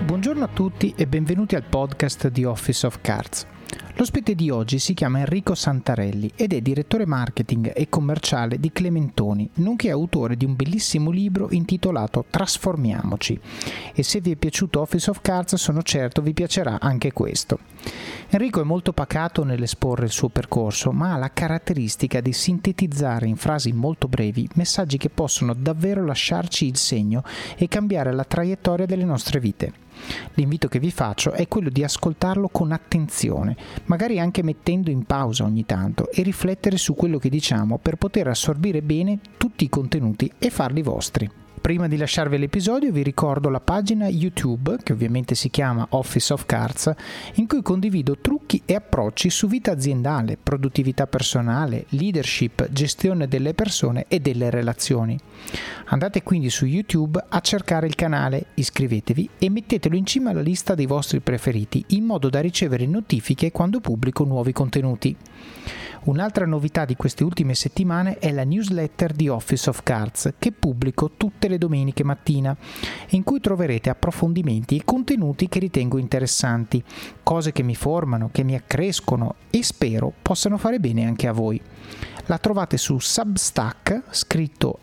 Buongiorno a tutti e benvenuti al podcast di Office of Cards. L'ospite di oggi si chiama Enrico Santarelli ed è direttore marketing e commerciale di Clementoni, nonché autore di un bellissimo libro intitolato Trasformiamoci. E se vi è piaciuto Office of Cards, sono certo vi piacerà anche questo. Enrico è molto pacato nell'esporre il suo percorso, ma ha la caratteristica di sintetizzare in frasi molto brevi messaggi che possono davvero lasciarci il segno e cambiare la traiettoria delle nostre vite. L'invito che vi faccio è quello di ascoltarlo con attenzione, magari anche mettendo in pausa ogni tanto e riflettere su quello che diciamo per poter assorbire bene tutti i contenuti e farli vostri. Prima di lasciarvi l'episodio vi ricordo la pagina YouTube, che ovviamente si chiama Office of Cards, in cui condivido trucchi e approcci su vita aziendale, produttività personale, leadership, gestione delle persone e delle relazioni. Andate quindi su YouTube a cercare il canale, iscrivetevi e mettetelo in cima alla lista dei vostri preferiti in modo da ricevere notifiche quando pubblico nuovi contenuti. Un'altra novità di queste ultime settimane è la newsletter di Office of Cards che pubblico tutte le domeniche mattina, in cui troverete approfondimenti e contenuti che ritengo interessanti, cose che mi formano, che mi accrescono e spero possano fare bene anche a voi. La trovate su Substack, scritto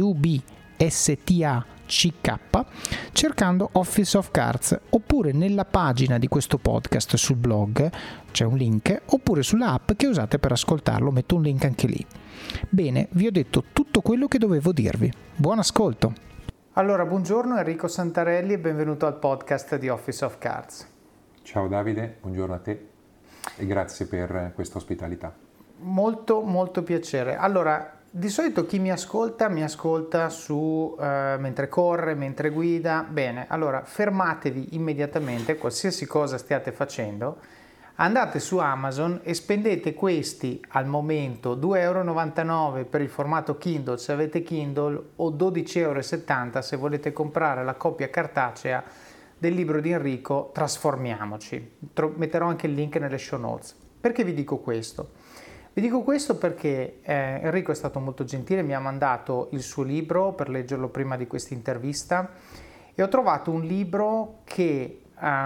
SUBSTACK, cercando Office of Cards, oppure nella pagina di questo podcast sul blog, c'è un link, oppure sulla app che usate per ascoltarlo, metto un link anche lì. Bene, vi ho detto tutto quello che dovevo dirvi. Buon ascolto! Allora, buongiorno Enrico Santarelli e benvenuto al podcast di Office of Cards. Ciao Davide, buongiorno a te e grazie per questa ospitalità. Molto piacere. Allora, di solito chi mi ascolta su mentre corre, mentre guida. Bene, allora fermatevi immediatamente, qualsiasi cosa stiate facendo, andate su Amazon e spendete questi al momento 2,99 € per il formato Kindle se avete Kindle o 12,70 € se volete comprare la copia cartacea del libro di Enrico Trasformiamoci. Metterò anche il link nelle show notes. Perché vi dico questo? Vi dico questo perché Enrico è stato molto gentile, mi ha mandato il suo libro per leggerlo prima di questa intervista e ho trovato un libro che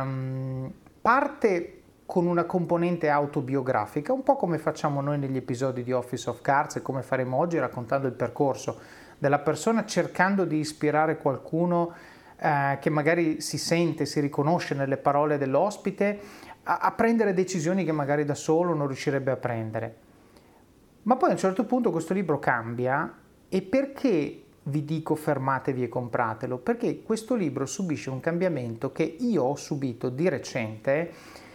parte con una componente autobiografica, un po' come facciamo noi negli episodi di Office of Cards e come faremo oggi raccontando il percorso della persona, cercando di ispirare qualcuno che magari si sente, si riconosce nelle parole dell'ospite a prendere decisioni che magari da solo non riuscirebbe a prendere. Ma poi a un certo punto questo libro cambia e perché vi dico fermatevi e compratelo? Perché questo libro subisce un cambiamento che io ho subito di recente,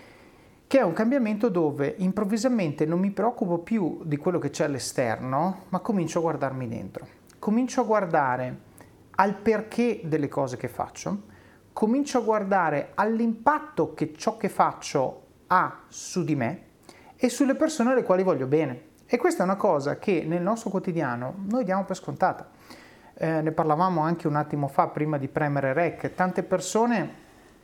che è un cambiamento dove improvvisamente non mi preoccupo più di quello che c'è all'esterno, ma comincio a guardarmi dentro. Comincio a guardare al perché delle cose che faccio, comincio a guardare all'impatto che ciò che faccio ha su di me e sulle persone alle quali voglio bene. E questa è una cosa che nel nostro quotidiano noi diamo per scontata. Ne parlavamo anche un attimo fa, prima di premere rec. Tante persone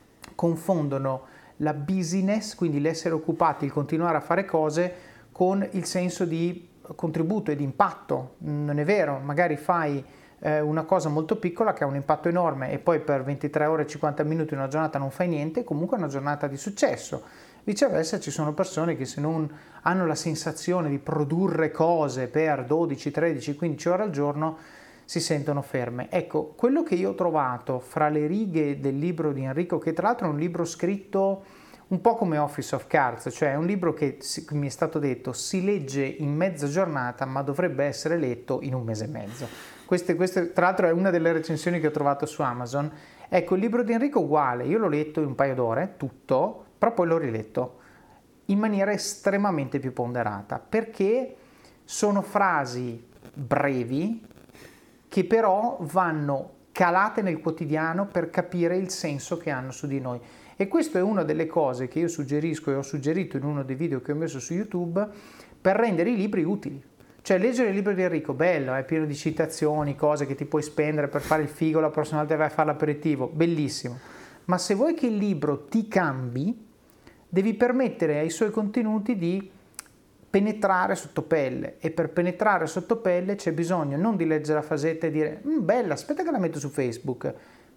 confondono la business, quindi l'essere occupati, il continuare a fare cose, con il senso di contributo e di impatto. Non è vero, magari fai una cosa molto piccola che ha un impatto enorme e poi per 23 ore e 50 minuti una giornata non fai niente, comunque è una giornata di successo. Viceversa ci sono persone che se non hanno la sensazione di produrre cose per 12, 13, 15 ore al giorno si sentono ferme. Ecco, quello che io ho trovato fra le righe del libro di Enrico, che tra l'altro è un libro scritto un po' come Office of Cards, cioè è un libro che mi è stato detto si legge in mezza giornata ma dovrebbe essere letto in un mese e mezzo. Queste tra l'altro è una delle recensioni che ho trovato su Amazon. Ecco, il libro di Enrico è uguale, io l'ho letto in un paio d'ore, tutto, però poi l'ho riletto in maniera estremamente più ponderata, perché sono frasi brevi che però vanno calate nel quotidiano per capire il senso che hanno su di noi. E questa è una delle cose che io suggerisco e ho suggerito in uno dei video che ho messo su YouTube per rendere i libri utili. Cioè leggere il libro di Enrico, bello, è pieno di citazioni, cose che ti puoi spendere per fare il figo, la prossima volta vai a fare l'aperitivo, bellissimo. Ma se vuoi che il libro ti cambi, devi permettere ai suoi contenuti di penetrare sotto pelle, e per penetrare sotto pelle c'è bisogno non di leggere la fasetta e dire bella, aspetta che la metto su Facebook,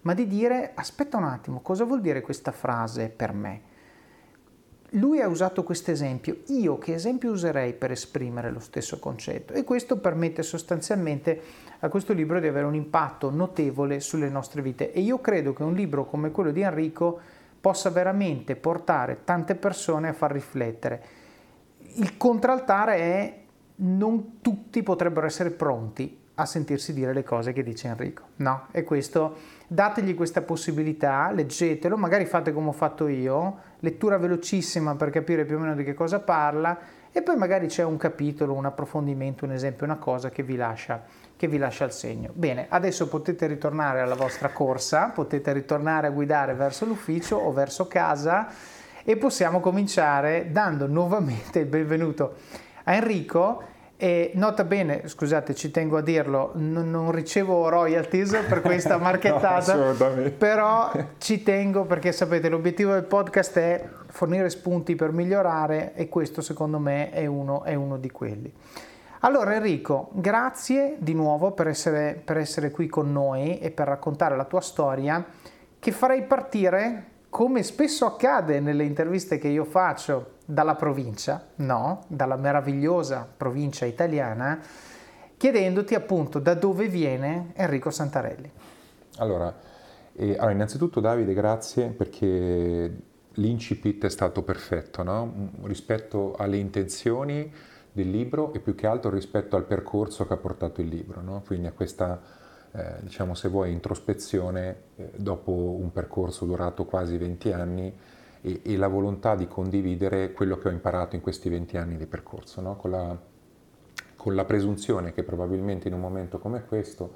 ma di dire aspetta un attimo, cosa vuol dire questa frase per me? Lui ha usato questo esempio, io che esempio userei per esprimere lo stesso concetto? E questo permette sostanzialmente a questo libro di avere un impatto notevole sulle nostre vite. E io credo che un libro come quello di Enrico possa veramente portare tante persone a far riflettere. Il contraltare è non tutti potrebbero essere pronti a sentirsi dire le cose che dice Enrico, no? E questo, dategli questa possibilità, leggetelo, magari fate come ho fatto io, lettura velocissima per capire più o meno di che cosa parla, e poi magari c'è un capitolo, un approfondimento, un esempio, una cosa che vi lascia il segno. Bene, adesso potete ritornare alla vostra corsa, potete ritornare a guidare verso l'ufficio o verso casa, e possiamo cominciare dando nuovamente il benvenuto a Enrico. E nota bene, scusate, ci tengo a dirlo, non ricevo royalties per questa marchettata, no, però ci tengo perché sapete l'obiettivo del podcast è fornire spunti per migliorare, e questo secondo me è uno di quelli. Allora Enrico, grazie di nuovo per essere qui con noi e per raccontare la tua storia, che farei partire, come spesso accade nelle interviste che io faccio, dalla provincia, no? Dalla meravigliosa provincia italiana, chiedendoti appunto da dove viene Enrico Santarelli. Allora, innanzitutto Davide, grazie, perché l'incipit è stato perfetto, no? Rispetto alle intenzioni del libro e più che altro rispetto al percorso che ha portato il libro, no? Quindi a questa, diciamo se vuoi, introspezione dopo un percorso durato quasi 20 anni e la volontà di condividere quello che ho imparato in questi 20 anni di percorso, no? Con la presunzione che probabilmente in un momento come questo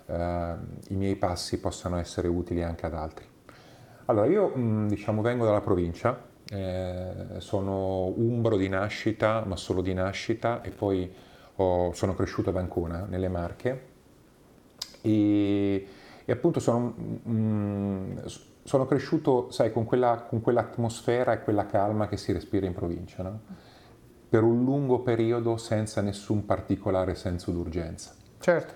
i miei passi possano essere utili anche ad altri. Allora, io diciamo vengo dalla provincia, sono umbro di nascita, ma solo di nascita, e poi sono cresciuto ad Ancona, nelle Marche, e appunto sono cresciuto, sai, con quell'atmosfera e quella calma che si respira in provincia, no? Per un lungo periodo senza nessun particolare senso d'urgenza. Certo.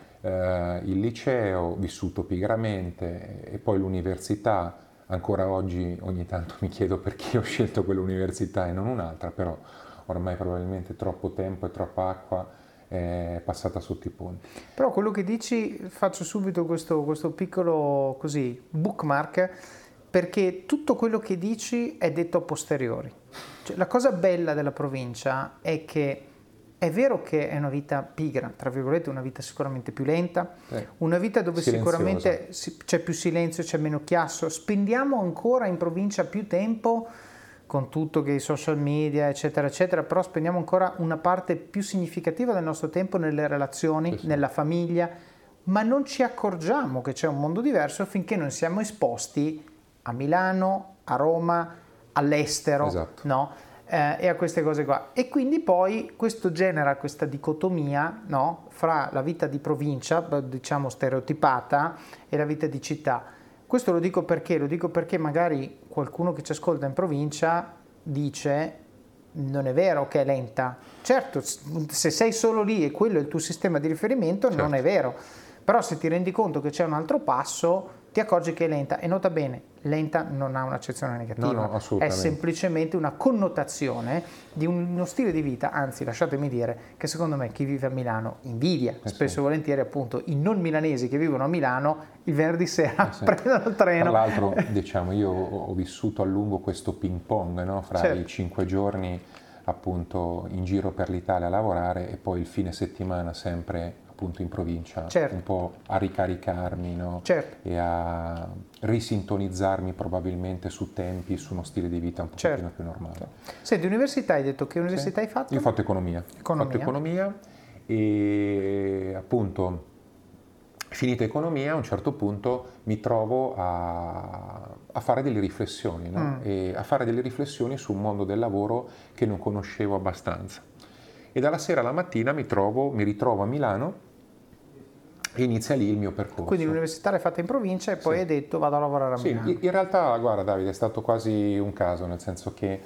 Il liceo vissuto pigramente e poi l'università. Ancora oggi ogni tanto mi chiedo perché ho scelto quell'università e non un'altra, però ormai probabilmente troppo tempo e troppa acqua è passata sotto i ponti. Però quello che dici, faccio subito questo piccolo così bookmark, perché tutto quello che dici è detto a posteriori. Cioè, la cosa bella della provincia è che è vero che è una vita pigra, tra virgolette, una vita sicuramente più lenta, una vita dove silenziosa. Sicuramente c'è più silenzio, c'è meno chiasso, spendiamo ancora in provincia più tempo, con tutto che i social media, eccetera, eccetera, però spendiamo ancora una parte più significativa del nostro tempo nelle relazioni, Sì. nella famiglia, ma non ci accorgiamo che c'è un mondo diverso finché non siamo esposti a Milano, a Roma, all'estero, Esatto. no? E a queste cose qua, e quindi poi questo genera questa dicotomia, no? Fra la vita di provincia, diciamo stereotipata, e la vita di città. Questo lo dico perché magari qualcuno che ci ascolta in provincia dice non è vero che è lenta. Certo, se sei solo lì e quello è il tuo sistema di riferimento, certo, non è vero, però se ti rendi conto che c'è un altro passo ti accorgi che è lenta. E nota bene, lenta non ha un'accezione negativa, no, è semplicemente una connotazione di uno stile di vita, anzi lasciatemi dire che secondo me chi vive a Milano invidia spesso e volentieri appunto i non milanesi che vivono a Milano il venerdì sera prendono il treno. Tra l'altro diciamo io ho vissuto a lungo questo ping pong, no? Fra i 5 giorni appunto in giro per l'Italia a lavorare e poi il fine settimana sempre appunto in provincia, un po' a ricaricarmi, no? E a risintonizzarmi probabilmente su tempi, su uno stile di vita un pochettino più normale. Senti, università hai detto, che università hai fatto? Io ho fatto economia. Ho fatto economia e appunto finita economia a un certo punto mi trovo a fare delle riflessioni, no? E a fare delle riflessioni su un mondo del lavoro che non conoscevo abbastanza. E dalla sera alla mattina mi ritrovo a Milano e inizia lì il mio percorso. Quindi l'università l'hai fatta in provincia e poi hai detto vado a lavorare a Milano. Sì, in realtà, guarda Davide, è stato quasi un caso, nel senso che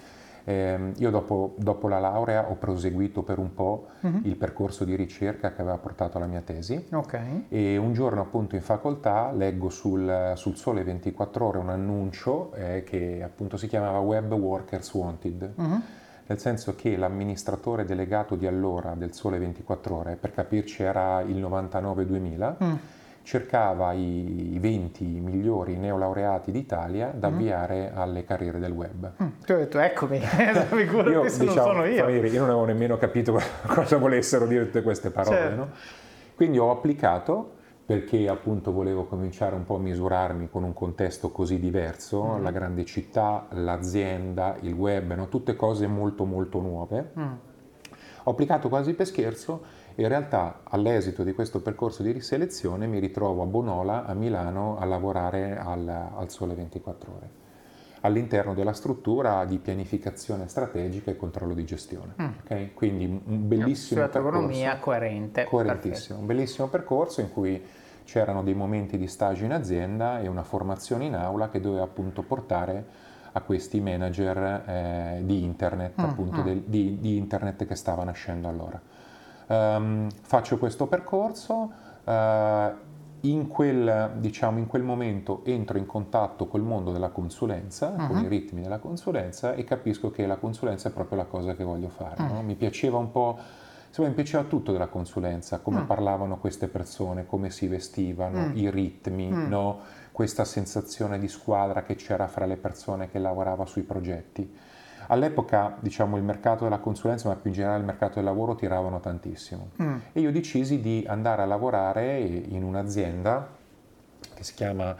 Io dopo la laurea ho proseguito per un po' il percorso di ricerca che aveva portato alla mia tesi. Ok. E un giorno appunto in facoltà leggo sul Sole 24 Ore un annuncio che appunto si chiamava Web Workers Wanted, nel senso che l'amministratore delegato di allora del Sole 24 Ore, per capirci era il 99-2000, cercava i 20 migliori neolaureati d'Italia da avviare alle carriere del web. Ti ho detto, eccomi, figurati se non sono io. Io non avevo nemmeno capito cosa volessero dire tutte queste parole, Certo. no? Quindi ho applicato perché appunto volevo cominciare un po' a misurarmi con un contesto così diverso, la grande città, l'azienda, il web, no? Tutte cose molto molto nuove. Ho applicato quasi per scherzo e in realtà all'esito di questo percorso di riselezione mi ritrovo a Bonola, a Milano, a lavorare al Sole 24 Ore, all'interno della struttura di pianificazione strategica e controllo di gestione. Okay? Quindi un bellissimo percorso. Economia coerente. Coerentissimo, Perfetto. un bellissimo percorso in cui c'erano dei momenti di stage in azienda e una formazione in aula che doveva appunto portare a questi manager di internet, appunto di internet che stava nascendo allora. Faccio questo percorso, in quel momento entro in contatto col mondo della consulenza, con i ritmi della consulenza e capisco che la consulenza è proprio la cosa che voglio fare. No? Mi piaceva un po', insomma, mi piaceva tutto della consulenza, come parlavano queste persone, come si vestivano, i ritmi, no? Questa sensazione di squadra che c'era fra le persone che lavorava sui progetti. All'epoca, diciamo, il mercato della consulenza, ma più in generale il mercato del lavoro, tiravano tantissimo. E io decisi di andare a lavorare in un'azienda che si chiama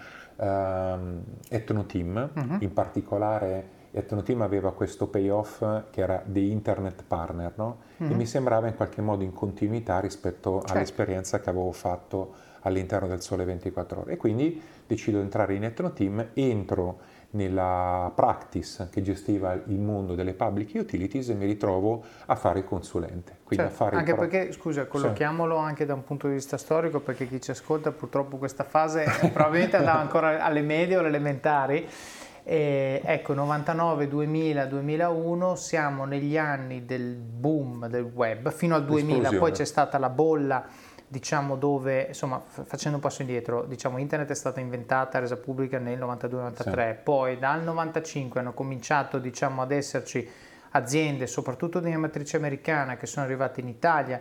Etnoteam. In particolare Etnoteam aveva questo payoff che era di Internet Partner, no? E mi sembrava in qualche modo in continuità rispetto all'esperienza che avevo fatto all'interno del Sole 24 Ore. E quindi decido di entrare in Etnoteam, entro nella practice che gestiva il mondo delle public utilities e mi ritrovo a fare il consulente. Quindi a fare anche perché, scusa, collochiamolo anche da un punto di vista storico, perché chi ci ascolta purtroppo questa fase probabilmente andava ancora alle medie o alle elementari. Ecco, 99, 2000, 2001 siamo negli anni del boom del web, fino al 2000, poi c'è stata la bolla, diciamo, dove, insomma, facendo un passo indietro, diciamo, internet è stata inventata, resa pubblica nel 92-93, poi dal 95 hanno cominciato, diciamo, ad esserci aziende, soprattutto di matrice americana, che sono arrivate in Italia,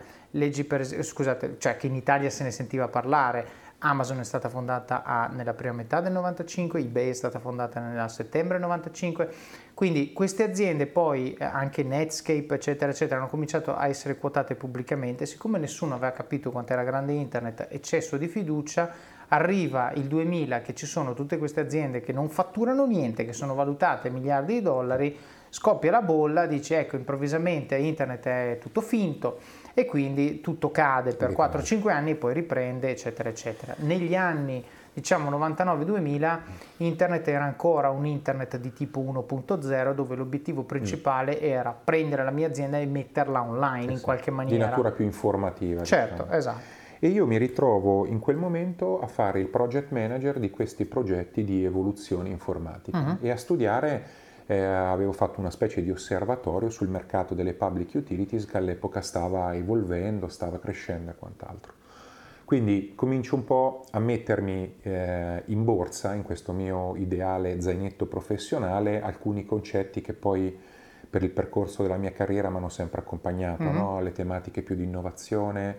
cioè che in Italia se ne sentiva parlare. Amazon è stata fondata nella prima metà del 95, eBay è stata fondata nel settembre 95, quindi queste aziende poi, anche Netscape eccetera eccetera, hanno cominciato a essere quotate pubblicamente. Siccome nessuno aveva capito quanto era grande internet, eccesso di fiducia, arriva il 2000 che ci sono tutte queste aziende che non fatturano niente, che sono valutate miliardi di dollari, scoppia la bolla, dice ecco, improvvisamente internet è tutto finto, e quindi tutto cade per 4-5 anni e poi riprende eccetera eccetera. Negli anni, diciamo, 99-2000 internet era ancora un internet di tipo 1.0, dove l'obiettivo principale era prendere la mia azienda e metterla online in qualche maniera. Di natura più informativa. Certo, diciamo. esatto. E io mi ritrovo in quel momento a fare il project manager di questi progetti di evoluzione informatica e a studiare. Avevo fatto una specie di osservatorio sul mercato delle public utilities che all'epoca stava evolvendo, stava crescendo e quant'altro. Quindi comincio un po' a mettermi in borsa, in questo mio ideale zainetto professionale, alcuni concetti che poi per il percorso della mia carriera mi hanno sempre accompagnato, no? Le tematiche più di innovazione,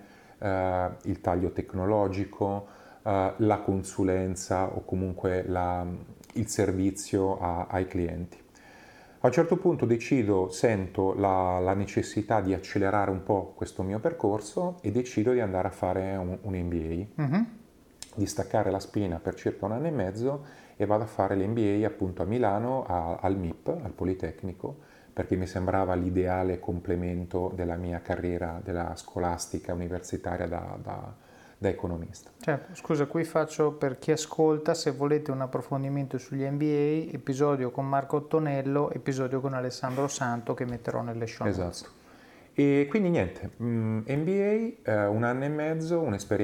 il taglio tecnologico, la consulenza o comunque il servizio ai clienti. A un certo punto sento la necessità di accelerare un po' questo mio percorso e decido di andare a fare un MBA, di staccare la spina per circa 1 anno e mezzo e vado a fare l'MBA appunto a Milano, al MIP, al Politecnico, perché mi sembrava l'ideale complemento della mia carriera della scolastica universitaria da economista. Certo, scusa, qui faccio per chi ascolta, se volete un approfondimento sugli MBA, episodio con Marco Ottonello, episodio con Alessandro Santo che metterò nelle show notes. Esatto. E quindi niente, MBA, 1 anno e mezzo,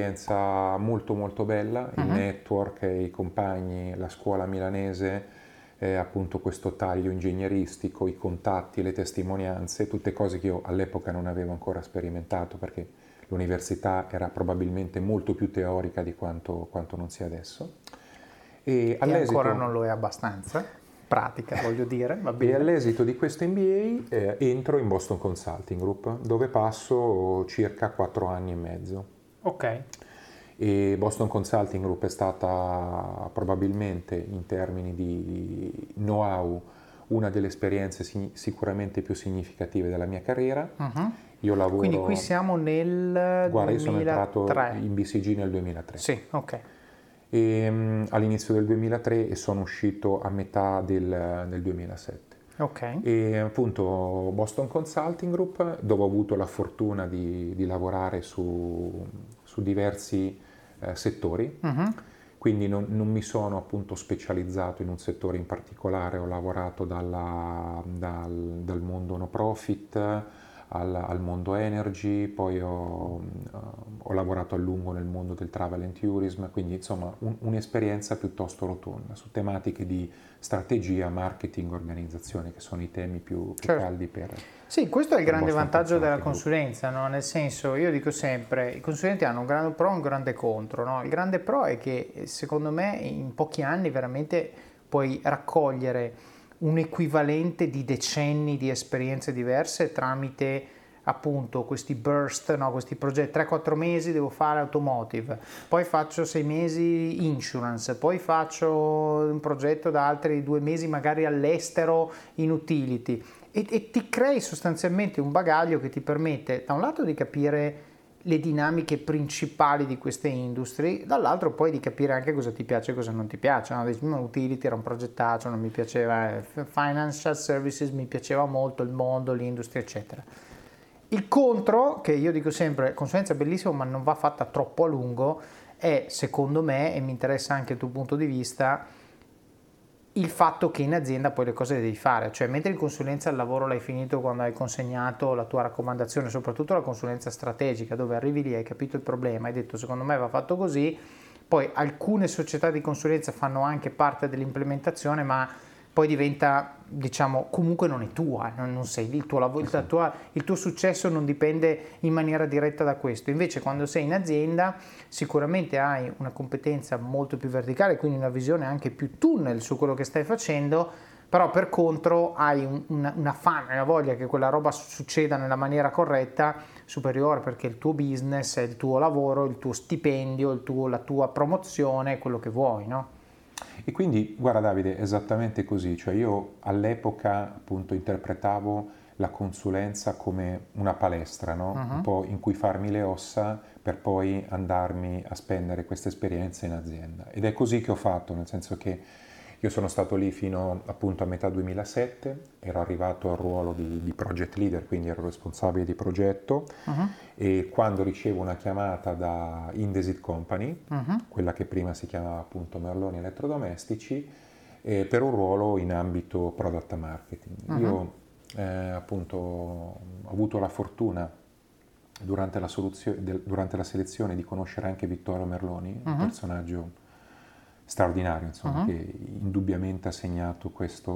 un'esperienza molto molto bella, il network, i compagni, la scuola milanese, appunto questo taglio ingegneristico, i contatti, le testimonianze, tutte cose che io all'epoca non avevo ancora sperimentato perché l'università era probabilmente molto più teorica di quanto non sia adesso. E ancora non lo è abbastanza, pratica voglio dire, va bene. E all'esito di questo MBA entro in Boston Consulting Group, dove passo circa 4 anni e mezzo. Ok. E Boston Consulting Group è stata probabilmente, in termini di know-how, una delle esperienze sicuramente più significative della mia carriera. Io lavoro... Quindi qui siamo nel Guarda, 2003. io sono entrato in BCG nel 2003. Sì, ok. E, all'inizio del 2003 e sono uscito a metà del 2007. Ok. E appunto Boston Consulting Group, dove ho avuto la fortuna di lavorare su diversi settori, quindi non mi sono appunto specializzato in un settore in particolare, ho lavorato dal mondo no profit al mondo energy, poi ho lavorato a lungo nel mondo del travel and tourism, quindi insomma un'esperienza piuttosto rotonda su tematiche di strategia, marketing, organizzazione, che sono i temi più caldi per... Sì, questo è il grande vantaggio della consulenza, no? Nel senso, io dico sempre, i consulenti hanno un grande pro e un grande contro, no? Il grande pro è che secondo me in pochi anni veramente puoi raccogliere un equivalente di decenni di esperienze diverse tramite appunto questi burst, no? Questi progetti, 3-4 mesi devo fare automotive, poi faccio 6 mesi insurance, poi faccio un progetto da altri 2 mesi magari all'estero in utility e ti crei sostanzialmente un bagaglio che ti permette da un lato di capire le dinamiche principali di queste industrie, dall'altro poi di capire anche cosa ti piace e cosa non ti piace, no? Utility era un progettaccio, non mi piaceva, financial services mi piaceva molto, il mondo, l'industria eccetera. Il contro, che io dico sempre, consulenza è bellissimo ma non va fatta troppo a lungo, è secondo me, e mi interessa anche il tuo punto di vista, il fatto che in azienda poi le cose le devi fare, cioè mentre in consulenza il lavoro l'hai finito quando hai consegnato la tua raccomandazione, soprattutto la consulenza strategica dove arrivi lì, hai capito il problema, hai detto secondo me va fatto così, poi alcune società di consulenza fanno anche parte dell'implementazione ma poi diventa, diciamo, comunque non è tua, non sei lì, il tuo lavoro, il tuo successo non dipende in maniera diretta da questo. Invece quando sei in azienda sicuramente hai una competenza molto più verticale, quindi una visione anche più tunnel su quello che stai facendo, però per contro hai una fame, una voglia che quella roba succeda nella maniera corretta superiore, perché il tuo business è il tuo lavoro, il tuo stipendio, la tua promozione, quello che vuoi, no? E quindi, guarda Davide, è esattamente così, cioè io all'epoca appunto interpretavo la consulenza come una palestra, no? Un po' in cui farmi le ossa per poi andarmi a spendere questa esperienza in azienda. Ed è così che ho fatto, nel senso che io sono stato lì fino appunto a metà 2007, ero arrivato al ruolo di project leader, quindi ero responsabile di progetto e quando ricevo una chiamata da Indesit Company, quella che prima si chiamava appunto Merloni Elettrodomestici, per un ruolo in ambito product marketing. Io appunto ho avuto la fortuna durante la selezione di conoscere anche Vittorio Merloni, un personaggio straordinario, insomma, che indubbiamente ha segnato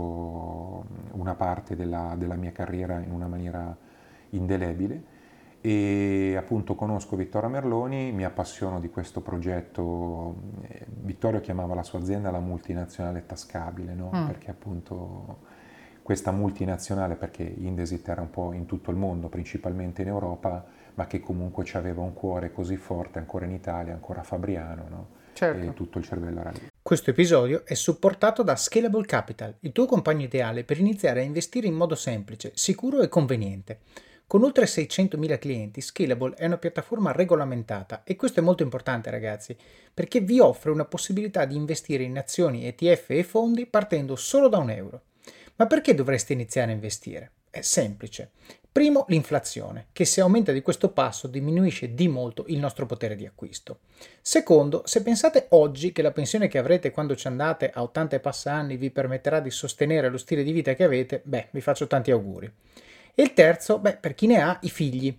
una parte della mia carriera in una maniera indelebile. E appunto conosco Vittorio Merloni, mi appassiono di questo progetto. Vittorio chiamava la sua azienda la multinazionale tascabile, no? Perché appunto questa multinazionale, perché Indesit era un po' in tutto il mondo, principalmente in Europa, ma che comunque aveva un cuore così forte ancora in Italia, ancora fabriano, no? Certo. E tutto il cervello era lì. Questo episodio è supportato da Scalable Capital, il tuo compagno ideale per iniziare a investire in modo semplice, sicuro e conveniente. Con oltre 600.000 clienti, Scalable è una piattaforma regolamentata e questo è molto importante ragazzi, perché vi offre una possibilità di investire in azioni, ETF e fondi partendo solo da €1. Ma perché dovreste iniziare a investire? È semplice. Primo, l'inflazione, che se aumenta di questo passo diminuisce di molto il nostro potere di acquisto. Secondo, se pensate oggi che la pensione che avrete quando ci andate a 80 e passa anni vi permetterà di sostenere lo stile di vita che avete, vi faccio tanti auguri. E il terzo, per chi ne ha, i figli.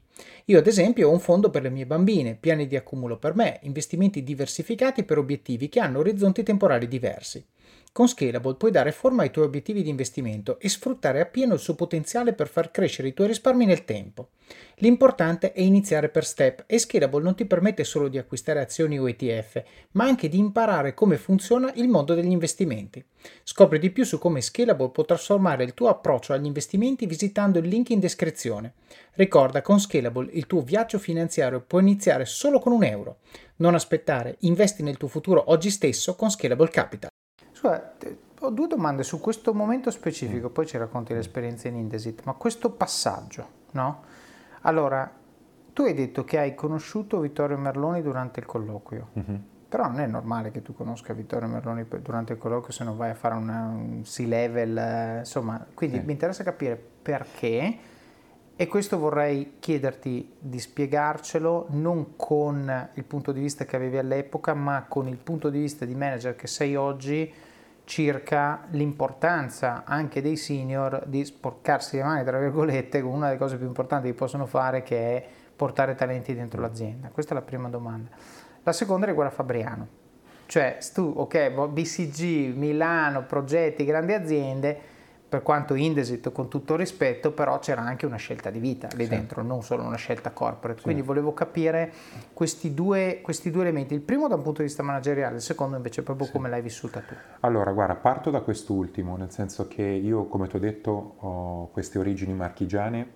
Io ad esempio ho un fondo per le mie bambine, piani di accumulo per me, investimenti diversificati per obiettivi che hanno orizzonti temporali diversi. Con Scalable puoi dare forma ai tuoi obiettivi di investimento e sfruttare appieno il suo potenziale per far crescere i tuoi risparmi nel tempo. L'importante è iniziare per step e Scalable non ti permette solo di acquistare azioni o ETF, ma anche di imparare come funziona il mondo degli investimenti. Scopri di più su come Scalable può trasformare il tuo approccio agli investimenti visitando il link in descrizione. Ricorda, con Scalable il tuo viaggio finanziario può iniziare solo con €1. Non aspettare, investi nel tuo futuro oggi stesso con Scalable Capital. Scusa, ho due domande su questo momento specifico, poi ci racconti l'esperienza in Indesit, ma questo passaggio, no? Allora, tu hai detto che hai conosciuto Vittorio Merloni durante il colloquio, però non è normale che tu conosca Vittorio Merloni durante il colloquio se non vai a fare un C-level, insomma, quindi mi interessa capire perché, e questo vorrei chiederti di spiegarcelo non con il punto di vista che avevi all'epoca, ma con il punto di vista di manager che sei oggi, circa l'importanza anche dei senior di sporcarsi le mani, tra virgolette, con una delle cose più importanti che possono fare, che è portare talenti dentro l'azienda. Questa è la prima domanda. La seconda riguarda Fabriano. Cioè, tu, ok, BCG, Milano, progetti, grandi aziende, per quanto Indesit, con tutto rispetto, però c'era anche una scelta di vita lì dentro, non solo una scelta corporate. Quindi volevo capire questi due elementi. Il primo da un punto di vista manageriale, il secondo invece proprio come l'hai vissuta tu. Allora, guarda, parto da quest'ultimo, nel senso che io, come ti ho detto, ho queste origini marchigiane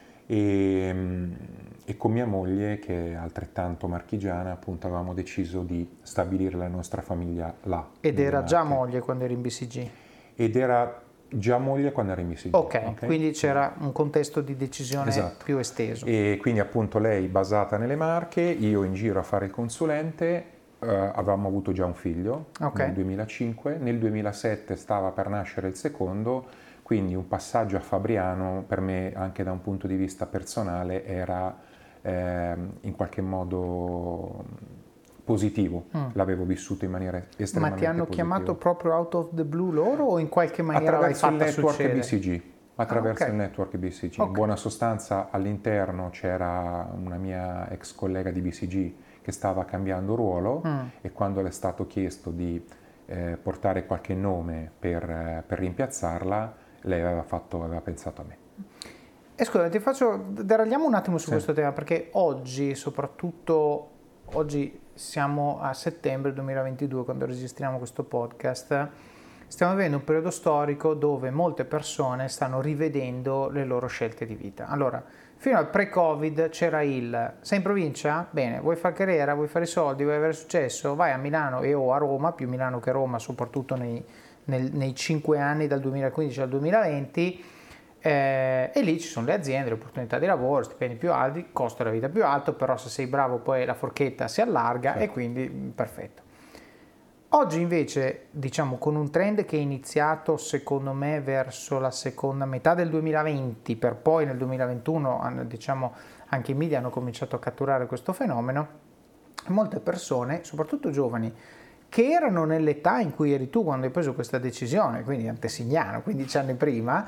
e con mia moglie, che è altrettanto marchigiana, appunto avevamo deciso di stabilire la nostra famiglia là. Ed era già moglie quando eri in BCG? Ed era già moglie quando era in BCG. Ok, quindi c'era un contesto di decisione più esteso. E quindi appunto lei basata nelle Marche, io in giro a fare il consulente, avevamo avuto già un figlio nel 2005, nel 2007 stava per nascere il secondo, quindi un passaggio a Fabriano per me anche da un punto di vista personale era in qualche modo positivo, l'avevo vissuto in maniera estremamente positiva. Ma ti hanno chiamato proprio out of the blue loro o in qualche maniera l'hai fatta succedere? Attraverso il network BCG. In buona sostanza all'interno c'era una mia ex collega di BCG che stava cambiando ruolo e quando le è stato chiesto di portare qualche nome per rimpiazzarla, lei aveva pensato a me. E scusa, deragliamo un attimo su questo tema, perché oggi, soprattutto oggi siamo a settembre 2022 quando registriamo questo podcast, stiamo vivendo un periodo storico dove molte persone stanno rivedendo le loro scelte di vita. Allora, fino al pre-Covid c'era sei in provincia? Bene, vuoi fare carriera, vuoi fare soldi, vuoi avere successo? Vai a Milano o a Roma, più Milano che Roma, soprattutto nei 5 anni dal 2015 al 2020, e lì ci sono le aziende, le opportunità di lavoro, stipendi più alti, costo della vita più alto, però se sei bravo poi la forchetta si allarga e quindi perfetto. Oggi invece, diciamo, con un trend che è iniziato secondo me verso la seconda metà del 2020, per poi nel 2021, diciamo, anche i media hanno cominciato a catturare questo fenomeno, molte persone, soprattutto giovani, che erano nell'età in cui eri tu quando hai preso questa decisione, quindi antesignano, 15 anni prima,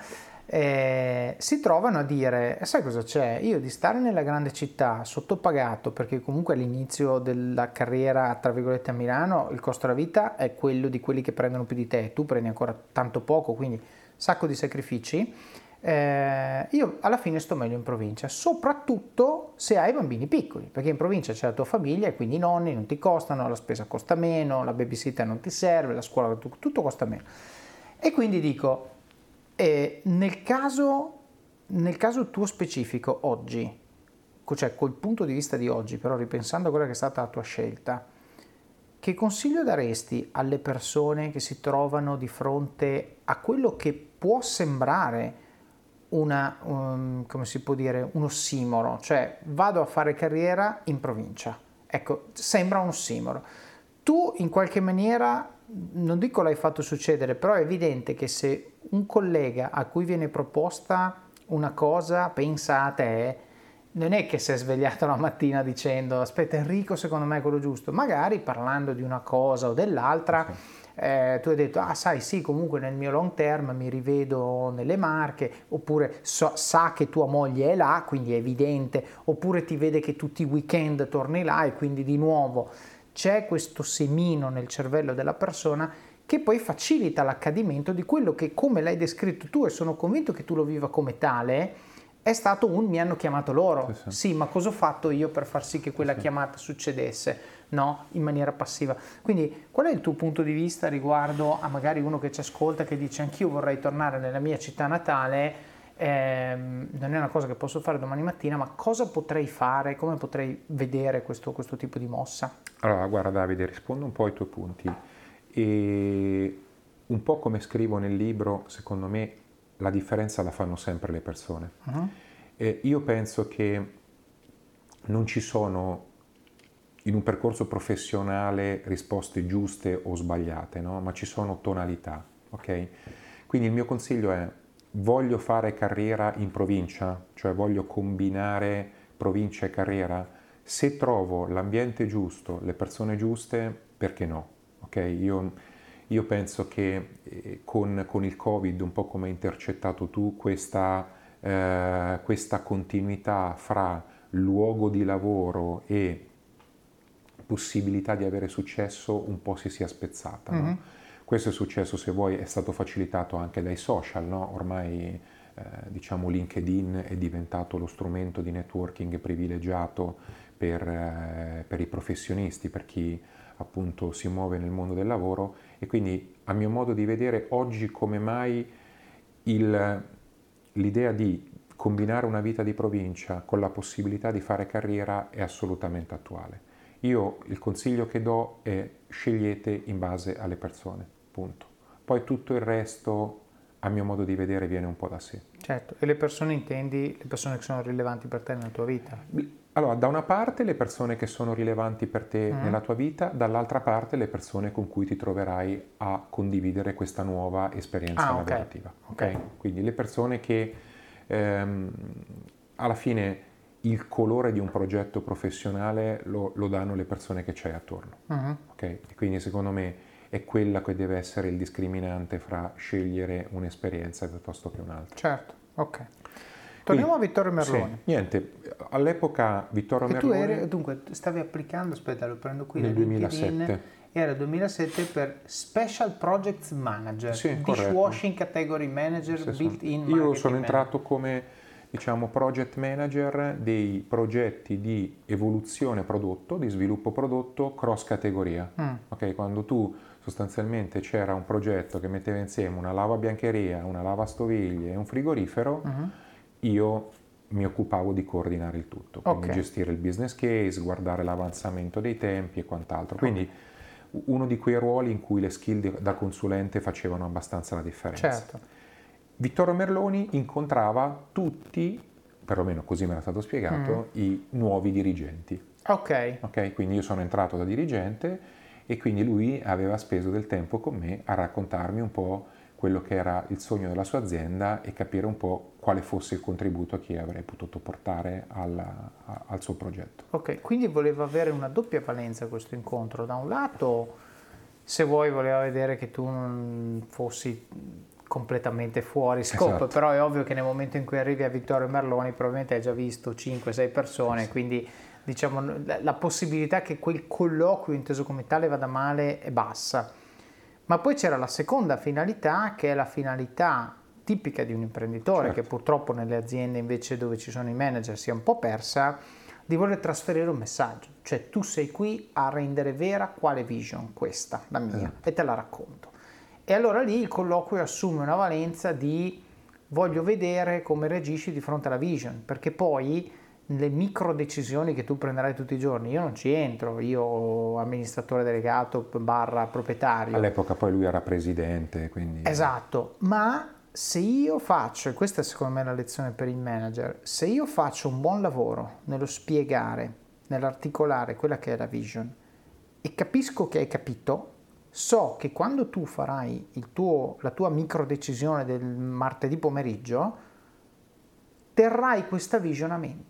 si trovano a dire, sai cosa c'è? Io di stare nella grande città sottopagato, perché comunque all'inizio della carriera tra virgolette a Milano il costo della vita è quello di quelli che prendono più di te, tu prendi ancora tanto poco, quindi sacco di sacrifici, io alla fine sto meglio in provincia, soprattutto se hai bambini piccoli, perché in provincia c'è la tua famiglia e quindi i nonni non ti costano, la spesa costa meno, la babysitter non ti serve, la scuola, tutto costa meno. E quindi dico, nel caso tuo specifico oggi, cioè col punto di vista di oggi, però ripensando a quella che è stata la tua scelta, che consiglio daresti alle persone che si trovano di fronte a quello che può sembrare come si può dire, un ossimoro, cioè vado a fare carriera in provincia, ecco, sembra un ossimoro. Tu in qualche maniera, non dico l'hai fatto succedere, però è evidente che se un collega a cui viene proposta una cosa pensa a te non è che si è svegliato la mattina dicendo aspetta Enrico secondo me è quello giusto, magari parlando di una cosa o dell'altra, tu hai detto sai sì comunque nel mio long term mi rivedo nelle Marche, oppure sa che tua moglie è là quindi è evidente, oppure ti vede che tutti i weekend torni là e quindi di nuovo c'è questo semino nel cervello della persona che poi facilita l'accadimento di quello che, come l'hai descritto tu, e sono convinto che tu lo viva come tale, è stato mi hanno chiamato loro. Sì, ma cosa ho fatto io per far sì che quella chiamata succedesse? No, in maniera passiva. Quindi qual è il tuo punto di vista riguardo a magari uno che ci ascolta che dice anch'io vorrei tornare nella mia città natale, non è una cosa che posso fare domani mattina, ma cosa potrei fare, come potrei vedere questo tipo di mossa? Allora, guarda Davide, rispondo un po' ai tuoi punti. E un po' come scrivo nel libro, secondo me la differenza la fanno sempre le persone. Io penso che non ci sono in un percorso professionale risposte giuste o sbagliate, no? Ma ci sono tonalità, ok? Quindi il mio consiglio è: voglio fare carriera in provincia, cioè voglio combinare provincia e carriera. Se trovo l'ambiente giusto, le persone giuste, perché no? Ok? Io penso che con il Covid, un po' come hai intercettato tu, questa continuità fra luogo di lavoro e possibilità di avere successo un po' si sia spezzata. No? Questo è successo, se vuoi, è stato facilitato anche dai social, no? Ormai diciamo LinkedIn è diventato lo strumento di networking privilegiato per i professionisti, per chi appunto si muove nel mondo del lavoro, e quindi a mio modo di vedere oggi come mai l'idea di combinare una vita di provincia con la possibilità di fare carriera è assolutamente attuale. Io il consiglio che do è: scegliete in base alle persone, punto. Poi tutto il resto, a mio modo di vedere, viene un po' da sé. Certo, e le persone intendi le persone che sono rilevanti per te nella tua vita? Allora, da una parte le persone che sono rilevanti per te nella tua vita, dall'altra parte le persone con cui ti troverai a condividere questa nuova esperienza lavorativa. Okay? Quindi le persone che alla fine il colore di un progetto professionale lo danno le persone che c'hai attorno. Okay? E quindi secondo me è quella che deve essere il discriminante fra scegliere un'esperienza piuttosto che un'altra. Certo, ok. Torniamo a Vittorio Merloni. Sì, niente, all'epoca Vittorio Merloni... Tu dunque stavi applicando, aspetta lo prendo qui, nel 2007. Era 2007 per Special Projects Manager, Dishwashing Category Manager, Built-in Marketing. Io sono entrato come, diciamo, project manager dei progetti di evoluzione prodotto, di sviluppo prodotto cross categoria. Okay? Quando tu sostanzialmente c'era un progetto che metteva insieme una lavabiancheria, una lavastoviglie e un frigorifero, io mi occupavo di coordinare il tutto, quindi gestire il business case, guardare l'avanzamento dei tempi e quant'altro. Quindi uno di quei ruoli in cui le skill da consulente facevano abbastanza la differenza. Certo. Vittorio Merloni incontrava tutti, perlomeno così me era stato spiegato, i nuovi dirigenti. Ok, quindi io sono entrato da dirigente e quindi lui aveva speso del tempo con me a raccontarmi un po' quello che era il sogno della sua azienda e capire un po' quale fosse il contributo che avrei potuto portare al suo progetto. Ok, quindi voleva avere una doppia valenza questo incontro. Da un lato, se vuoi, voleva vedere che tu non fossi completamente fuori scopo, però è ovvio che nel momento in cui arrivi a Vittorio Merloni probabilmente hai già visto 5-6 persone, quindi diciamo la possibilità che quel colloquio inteso come tale vada male è bassa. Ma poi c'era la seconda finalità, che è la finalità tipica di un imprenditore, che purtroppo nelle aziende invece dove ci sono i manager si è un po' persa, di voler trasferire un messaggio. Cioè tu sei qui a rendere vera quale vision, questa, la mia, e te la racconto. E allora lì il colloquio assume una valenza di voglio vedere come reagisci di fronte alla vision, perché poi le micro decisioni che tu prenderai tutti i giorni, io non ci entro, io amministratore delegato / proprietario. All'epoca poi lui era presidente, quindi... Esatto, ma se io faccio, e questa è secondo me la lezione per il manager, se io faccio un buon lavoro nello spiegare, nell'articolare quella che è la vision e capisco che hai capito, so che quando tu farai la tua micro decisione del martedì pomeriggio, terrai questa vision a mente.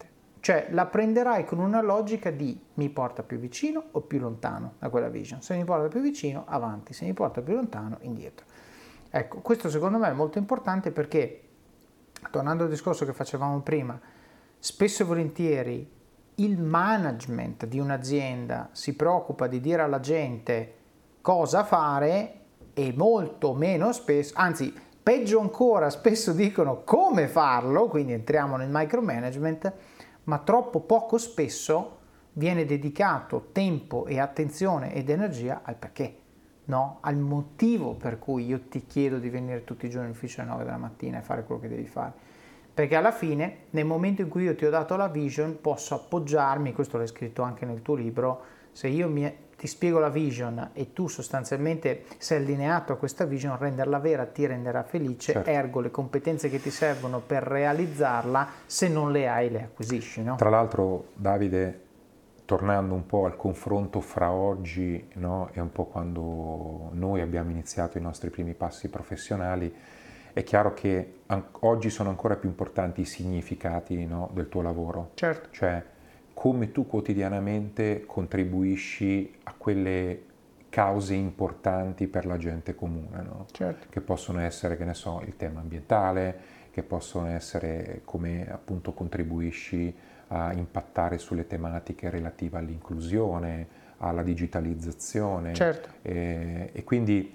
Cioè la prenderai con una logica di mi porta più vicino o più lontano da quella vision. Se mi porta più vicino, avanti, se mi porta più lontano, indietro. Ecco, questo secondo me è molto importante perché, tornando al discorso che facevamo prima, spesso e volentieri il management di un'azienda si preoccupa di dire alla gente cosa fare e molto meno spesso, anzi peggio ancora, spesso dicono come farlo, quindi entriamo nel micromanagement, ma troppo poco spesso viene dedicato tempo e attenzione ed energia al perché, no? Al motivo per cui io ti chiedo di venire tutti i giorni all'ufficio alle 9 della mattina e fare quello che devi fare. Perché alla fine, nel momento in cui io ti ho dato la vision, posso appoggiarmi, questo l'hai scritto anche nel tuo libro, se io ti spiego la vision e tu sostanzialmente sei allineato a questa vision, renderla vera ti renderà felice, certo. Ergo le competenze che ti servono per realizzarla, se non le hai, le acquisisci, no? Tra l'altro, Davide, tornando un po' al confronto fra oggi, no, e un po' quando noi abbiamo iniziato i nostri primi passi professionali, è chiaro che oggi sono ancora più importanti i significati, no, del tuo lavoro. Certo. Cioè, come tu quotidianamente contribuisci a quelle cause importanti per la gente comune, no? Certo. Che possono essere, che ne so, il tema ambientale, che possono essere come appunto contribuisci a impattare sulle tematiche relative all'inclusione, alla digitalizzazione. Certo. E quindi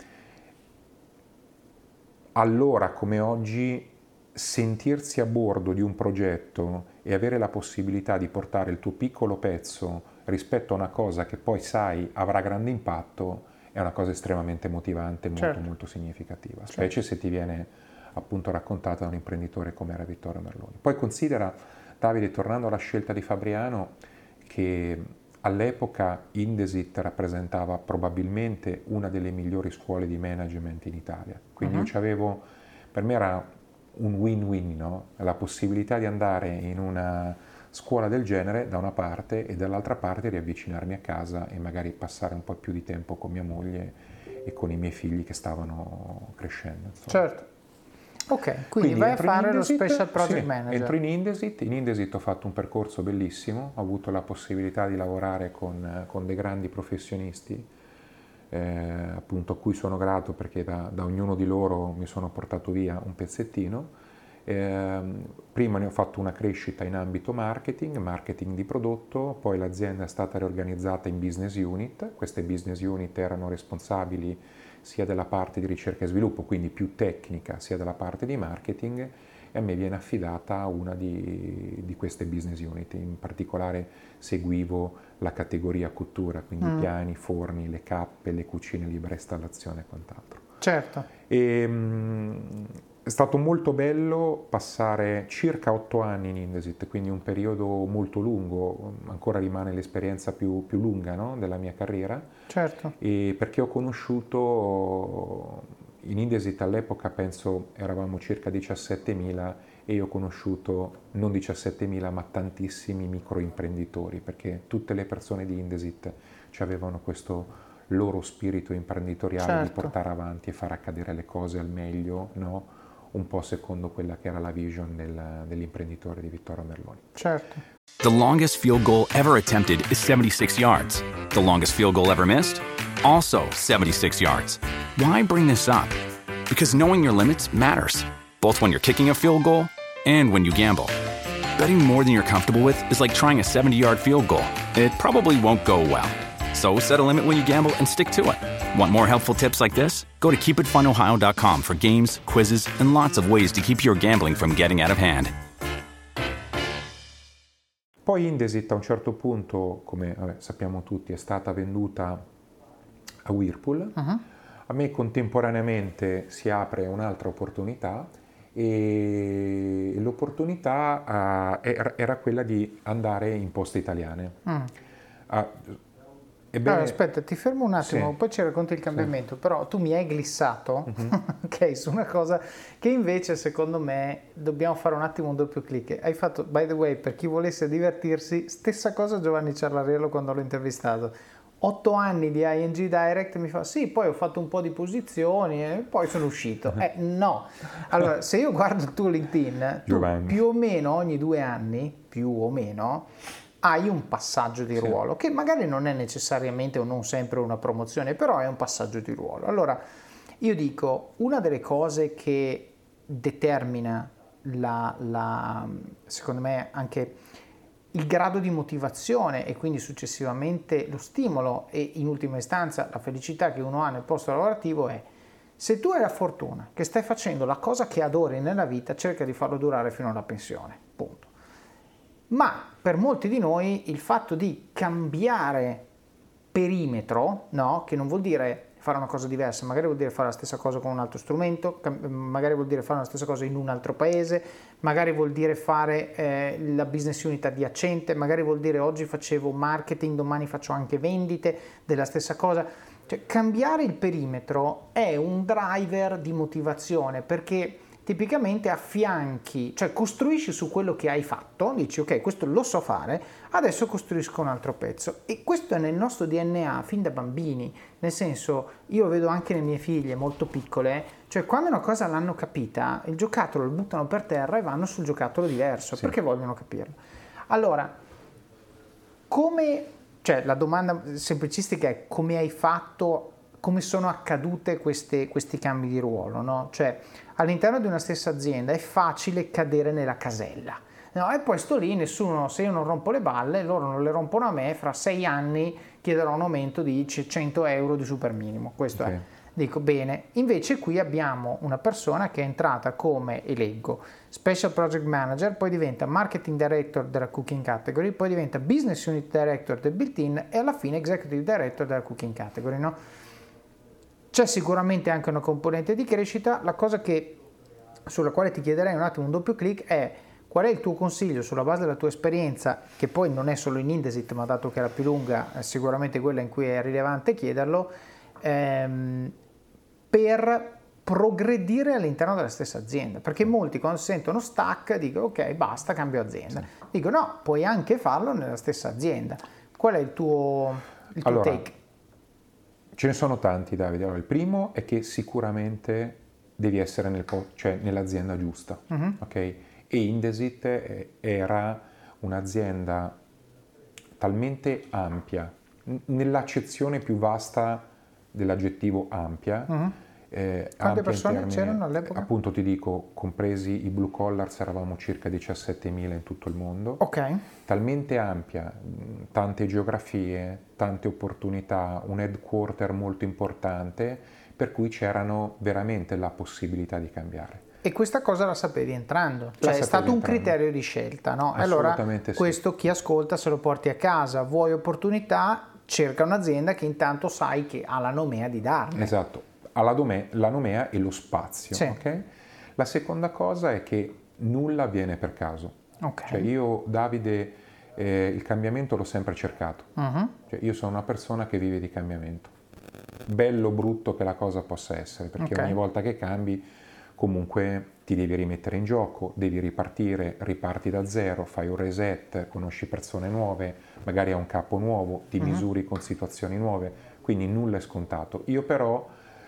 allora come oggi sentirsi a bordo di un progetto e avere la possibilità di portare il tuo piccolo pezzo rispetto a una cosa che poi sai avrà grande impatto è una cosa estremamente motivante, molto, certo. Molto significativa, specie, certo. Se ti viene appunto raccontata da un imprenditore come era Vittorio Merloni. Poi considera, Davide, tornando alla scelta di Fabriano, che all'epoca Indesit rappresentava probabilmente una delle migliori scuole di management in Italia, quindi io c'avevo, per me era un win-win, no? La possibilità di andare in una scuola del genere da una parte e dall'altra parte riavvicinarmi a casa e magari passare un po' più di tempo con mia moglie e con i miei figli che stavano crescendo. Insomma. Certo. Ok, quindi vai a fare lo Special Project Manager. Entro in Indesit ho fatto un percorso bellissimo, ho avuto la possibilità di lavorare con dei grandi professionisti, appunto a cui sono grato perché da ognuno di loro mi sono portato via un pezzettino. Prima ne ho fatto una crescita in ambito marketing di prodotto, poi l'azienda è stata riorganizzata in business unit, queste business unit erano responsabili sia della parte di ricerca e sviluppo, quindi più tecnica, sia della parte di marketing, e a me viene affidata una di queste business unit. In particolare seguivo la categoria cottura, quindi i piani, i forni, le cappe, le cucine libera installazione e quant'altro. Certo. È stato molto bello passare circa 8 anni in Indesit, quindi un periodo molto lungo, ancora rimane l'esperienza più lunga, no, della mia carriera. Certo. E perché ho conosciuto, in Indesit all'epoca penso eravamo circa 17.000 e io ho conosciuto non 17.000 ma tantissimi microimprenditori, perché tutte le persone di Indesit avevano questo loro spirito imprenditoriale, certo. Di portare avanti e far accadere le cose al meglio, no? Un po' secondo quella che era la vision dell'imprenditore di Vittorio Merloni. Certo. The longest field goal ever attempted is 76 yards. The longest field goal ever missed? Also 76 yards. Why bring this up? Because knowing your limits matters, both when you're kicking a field goal and when you gamble. Betting more than you're comfortable with is like trying a 70-yard field goal. It probably won't go well. So set a limit when you gamble and stick to it. Want more helpful tips like this? Go to keepitfunohio.com for games, quizzes, and lots of ways to keep your gambling from getting out of hand. Poi Indesit a un certo punto, come sappiamo tutti, è stata venduta a Whirlpool. A me contemporaneamente si apre un'altra opportunità e l'opportunità era quella di andare in Poste Italiane. Allora, aspetta, ti fermo un attimo, sì. Poi ci racconti il cambiamento, sì. Però tu mi hai glissato okay, su una cosa che invece secondo me dobbiamo fare un attimo un doppio clic. Hai fatto, by the way, per chi volesse divertirsi, stessa cosa Giovanni Ciarlariello quando l'ho intervistato. 8 anni di ING Direct, mi fa sì, poi ho fatto un po' di posizioni e poi sono uscito. No, allora se io guardo il tuo LinkedIn, tu più o meno ogni 2 anni, più o meno, hai un passaggio di ruolo, che magari non è necessariamente o non sempre una promozione, però è un passaggio di ruolo. Allora, io dico, una delle cose che determina secondo me anche il grado di motivazione e quindi successivamente lo stimolo e in ultima istanza la felicità che uno ha nel posto lavorativo è: se tu hai la fortuna che stai facendo la cosa che adori nella vita, cerca di farlo durare fino alla pensione, punto. Ma per molti di noi il fatto di cambiare perimetro, no? Che non vuol dire fare una cosa diversa, magari vuol dire fare la stessa cosa con un altro strumento, magari vuol dire fare la stessa cosa in un altro paese, magari vuol dire fare la business unit adiacente, magari vuol dire oggi facevo marketing, domani faccio anche vendite della stessa cosa. Cioè, cambiare il perimetro è un driver di motivazione, perché tipicamente affianchi, cioè costruisci su quello che hai fatto, dici ok, questo lo so fare, adesso costruisco un altro pezzo. E questo è nel nostro DNA fin da bambini, nel senso, io lo vedo anche nelle mie figlie molto piccole, cioè quando una cosa l'hanno capita, il giocattolo lo buttano per terra e vanno sul giocattolo diverso, perché vogliono capirlo. Allora, cioè la domanda semplicistica è: come hai fatto, come sono accadute questi cambi di ruolo, no? Cioè, all'interno di una stessa azienda è facile cadere nella casella, no? E poi sto lì, nessuno, se io non rompo le balle, loro non le rompono a me, fra 6 anni chiederò un aumento di 100 euro di super minimo, questo è. Dico, bene, invece qui abbiamo una persona che è entrata come, eleggo, Special Project Manager, poi diventa Marketing Director della Cooking Category, poi diventa Business Unit Director del Built-in e alla fine Executive Director della Cooking Category, no? C'è sicuramente anche una componente di crescita. La cosa sulla quale ti chiederei un attimo un doppio clic è: qual è il tuo consiglio sulla base della tua esperienza, che poi non è solo in Indesit, ma dato che è la più lunga, è sicuramente quella in cui è rilevante chiederlo, per progredire all'interno della stessa azienda? Perché molti quando si sentono stuck dicono ok, basta, cambio azienda. Dico no, puoi anche farlo nella stessa azienda. Qual è il tuo take? Ce ne sono tanti, Davide. Allora, il primo è che sicuramente devi essere nell'azienda giusta, ok? E Indesit era un'azienda talmente ampia, nell'accezione più vasta dell'aggettivo ampia. Quante persone c'erano all'epoca? Appunto ti dico, compresi i blue collars, eravamo circa 17.000 in tutto il mondo. Ok. Talmente ampia, tante geografie, tante opportunità, un headquarter molto importante, per cui c'erano veramente la possibilità di cambiare. E questa cosa la sapevi entrando? Cioè è stato un criterio di scelta, no? Allora questo chi ascolta se lo porti a casa. Vuoi opportunità? Cerca un'azienda che intanto sai che ha la nomea di darne. Esatto, ha la nomea e lo spazio. Sì. Okay? La seconda cosa è che nulla avviene per caso. Okay. Cioè io, Davide, il cambiamento l'ho sempre cercato. Cioè io sono una persona che vive di cambiamento. Bello o brutto che la cosa possa essere, perché ogni volta che cambi comunque ti devi rimettere in gioco, devi ripartire, riparti da zero, fai un reset, conosci persone nuove, magari hai un capo nuovo, ti misuri con situazioni nuove, quindi nulla è scontato. Io però,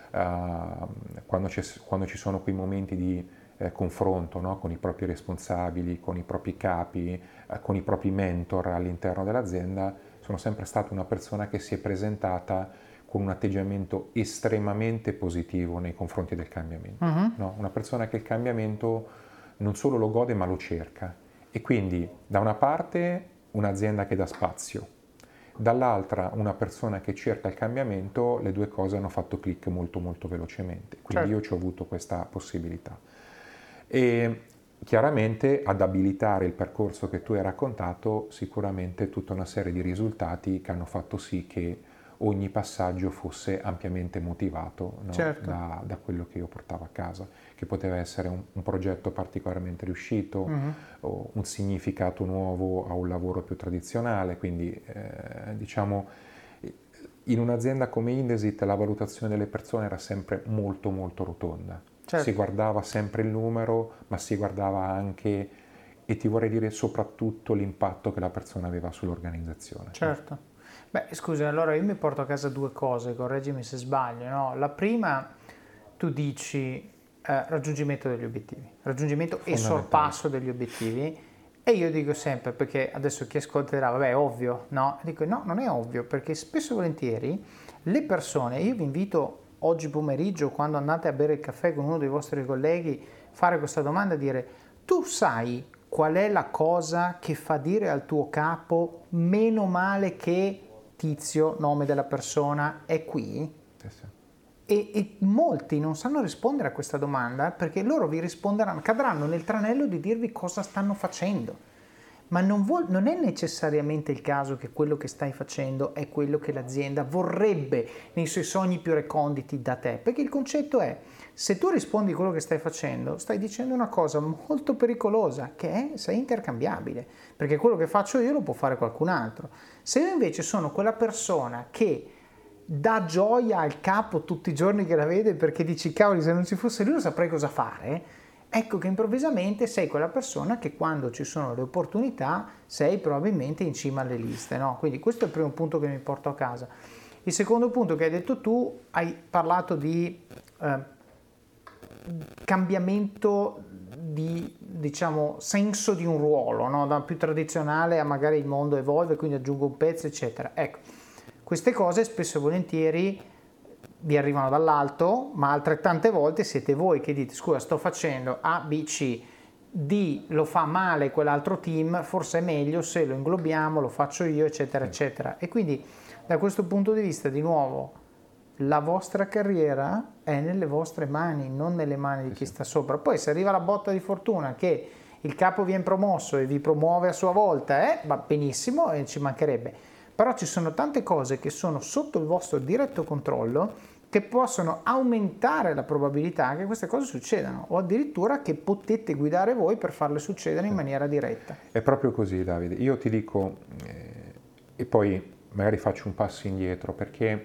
quando ci sono quei momenti di confronto, no? Con i propri responsabili, con i propri capi, con i propri mentor all'interno dell'azienda, sono sempre stata una persona che si è presentata con un atteggiamento estremamente positivo nei confronti del cambiamento. No? Una persona che il cambiamento non solo lo gode ma lo cerca. E quindi da una parte un'azienda che dà spazio, dall'altra una persona che cerca il cambiamento, le due cose hanno fatto click molto molto velocemente. Quindi io ci ho avuto questa possibilità. E chiaramente ad abilitare il percorso che tu hai raccontato, sicuramente tutta una serie di risultati che hanno fatto sì che ogni passaggio fosse ampiamente motivato, no? da quello che io portavo a casa, che poteva essere un progetto particolarmente riuscito o un significato nuovo a un lavoro più tradizionale. Quindi diciamo, in un'azienda come Indesit la valutazione delle persone era sempre molto molto rotonda. Si guardava sempre il numero, ma si guardava anche, e ti vorrei dire soprattutto, l'impatto che la persona aveva sull'organizzazione. Certo. Beh, scusa, allora io mi porto a casa due cose, correggimi se sbaglio, no? La prima, tu dici raggiungimento degli obiettivi, raggiungimento e sorpasso degli obiettivi, e io dico sempre, perché adesso chi ascolterà, vabbè, è ovvio, no? Dico no, non è ovvio, perché spesso e volentieri le persone, io vi invito oggi pomeriggio, quando andate a bere il caffè con uno dei vostri colleghi, fare questa domanda e dire, tu sai qual è la cosa che fa dire al tuo capo meno male che Tizio, nome della persona, è qui? Sì. E molti non sanno rispondere a questa domanda perché loro vi risponderanno, cadranno nel tranello di dirvi cosa stanno facendo. Ma non è necessariamente il caso che quello che stai facendo è quello che l'azienda vorrebbe nei suoi sogni più reconditi da te, perché il concetto è, se tu rispondi quello che stai facendo, stai dicendo una cosa molto pericolosa, che è sei intercambiabile, perché quello che faccio io lo può fare qualcun altro. Se io invece sono quella persona che dà gioia al capo tutti i giorni che la vede perché dici cavoli, se non ci fosse lui non saprei cosa fare, ecco che improvvisamente sei quella persona che quando ci sono le opportunità sei probabilmente in cima alle liste, no? Quindi questo è il primo punto che mi porto a casa. Il secondo punto che hai detto tu, hai parlato di cambiamento di, diciamo, senso di un ruolo, no? Da più tradizionale a magari il mondo evolve, quindi aggiungo un pezzo, eccetera. Ecco, queste cose spesso e volentieri vi arrivano dall'alto, ma altrettante volte siete voi che dite scusa, sto facendo A, B, C, D lo fa male quell'altro team, forse è meglio se lo inglobiamo, lo faccio io, eccetera, eccetera. E quindi da questo punto di vista, di nuovo, la vostra carriera è nelle vostre mani, non nelle mani di chi sta sopra. Poi se arriva la botta di fortuna che il capo viene promosso e vi promuove a sua volta, va benissimo e ci mancherebbe. Però ci sono tante cose che sono sotto il vostro diretto controllo che possono aumentare la probabilità che queste cose succedano o addirittura che potete guidare voi per farle succedere in maniera diretta. È proprio così, Davide. Io ti dico, e poi magari faccio un passo indietro, perché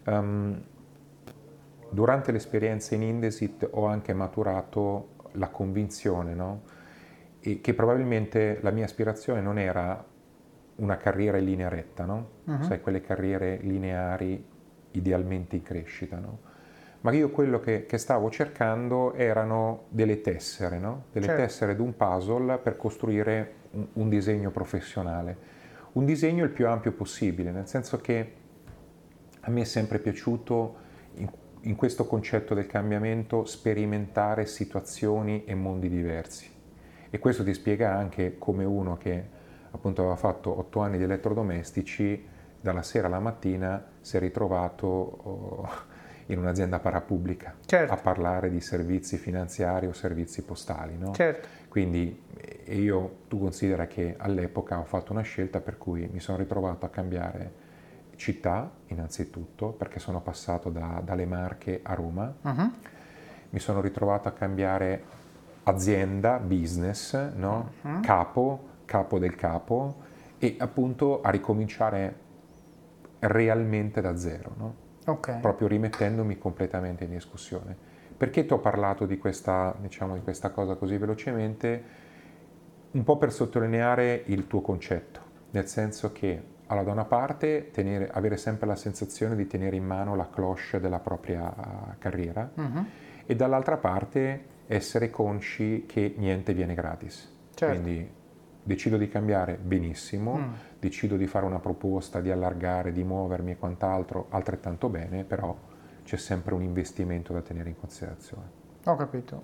durante l'esperienza in Indesit ho anche maturato la convinzione, no? E che probabilmente la mia aspirazione non era una carriera in linea retta, no? Sai, quelle carriere lineari idealmente in crescita, no? Ma io quello che stavo cercando erano delle tessere, no? Delle tessere d'un puzzle per costruire un disegno professionale, un disegno il più ampio possibile, nel senso che a me è sempre piaciuto in questo concetto del cambiamento sperimentare situazioni e mondi diversi, e questo ti spiega anche come uno che appunto aveva fatto 8 anni di elettrodomestici dalla sera alla mattina si è ritrovato in un'azienda parapubblica a parlare di servizi finanziari o servizi postali, no? Quindi tu considera che all'epoca ho fatto una scelta per cui mi sono ritrovato a cambiare città innanzitutto, perché sono passato dalle Marche a Roma, mi sono ritrovato a cambiare azienda, business, no? Capo del capo, e appunto a ricominciare realmente da zero, no? Proprio rimettendomi completamente in discussione. Perché ti ho parlato di questa, diciamo, di questa cosa così velocemente? Un po' per sottolineare il tuo concetto, nel senso che allora, da una parte avere sempre la sensazione di tenere in mano la cloche della propria carriera, e dall'altra parte essere consci che niente viene gratis. Quindi decido di cambiare, benissimo, decido di fare una proposta, di allargare, di muovermi e quant'altro, altrettanto bene, però c'è sempre un investimento da tenere in considerazione. Ho capito.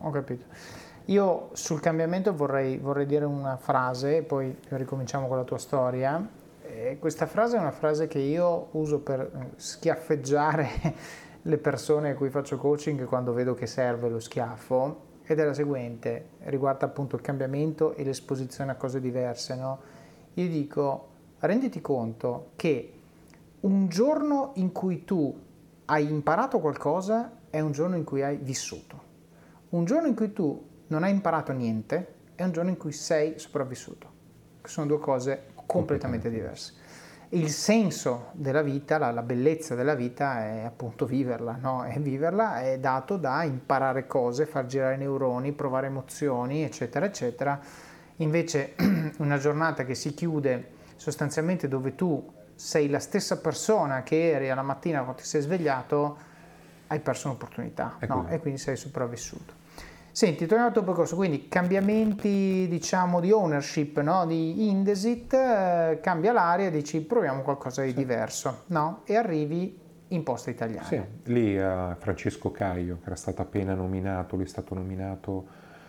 Io sul cambiamento vorrei dire una frase, e poi ricominciamo con la tua storia. Questa frase è una frase che io uso per schiaffeggiare le persone a cui faccio coaching quando vedo che serve lo schiaffo, ed è la seguente, riguarda appunto il cambiamento e l'esposizione a cose diverse, no? Io dico, renditi conto che un giorno in cui tu hai imparato qualcosa è un giorno in cui hai vissuto. Un giorno in cui tu non hai imparato niente è un giorno in cui sei sopravvissuto. Sono due cose completamente diverse. Il senso della vita, la bellezza della vita è appunto viverla, no? E viverla è dato da imparare cose, far girare neuroni, provare emozioni, eccetera, eccetera. Invece una giornata che si chiude sostanzialmente dove tu sei la stessa persona che eri alla mattina quando ti sei svegliato, hai perso un'opportunità, no? E quindi sei sopravvissuto. Senti, torniamo al tuo percorso, quindi cambiamenti, diciamo, di ownership, no? Di Indesit, cambia l'aria, dici proviamo qualcosa di diverso, no? E arrivi in Poste Italiane. Sì, lì Francesco Caio, che era stato appena nominato, lui è stato nominato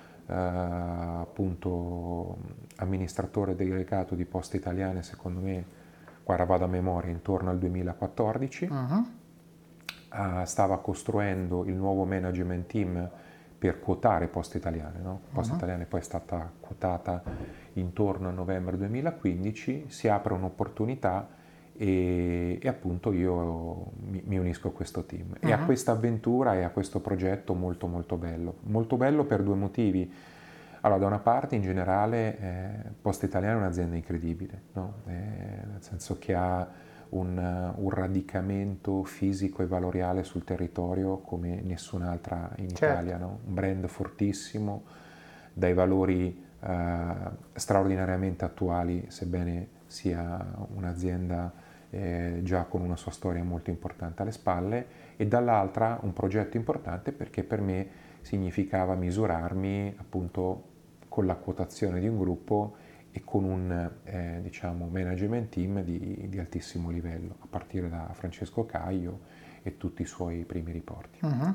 appunto amministratore delegato di Poste Italiane, secondo me, guarda vado a memoria, intorno al 2014, stava costruendo il nuovo management team per quotare Poste Italiane, no? Poste Italiane poi è stata quotata intorno a novembre 2015, si apre un'opportunità e appunto io mi unisco a questo team e a questa avventura e a questo progetto molto molto bello per due motivi. Allora, da una parte in generale Poste Italiane è un'azienda incredibile, no? Nel senso che ha un radicamento fisico e valoriale sul territorio come nessun'altra in Italia, no? Un brand fortissimo, dai valori straordinariamente attuali, sebbene sia un'azienda già con una sua storia molto importante alle spalle, e dall'altra un progetto importante perché per me significava misurarmi appunto con la quotazione di un gruppo e con un diciamo management team di altissimo livello, a partire da Francesco Caio e tutti i suoi primi riporti.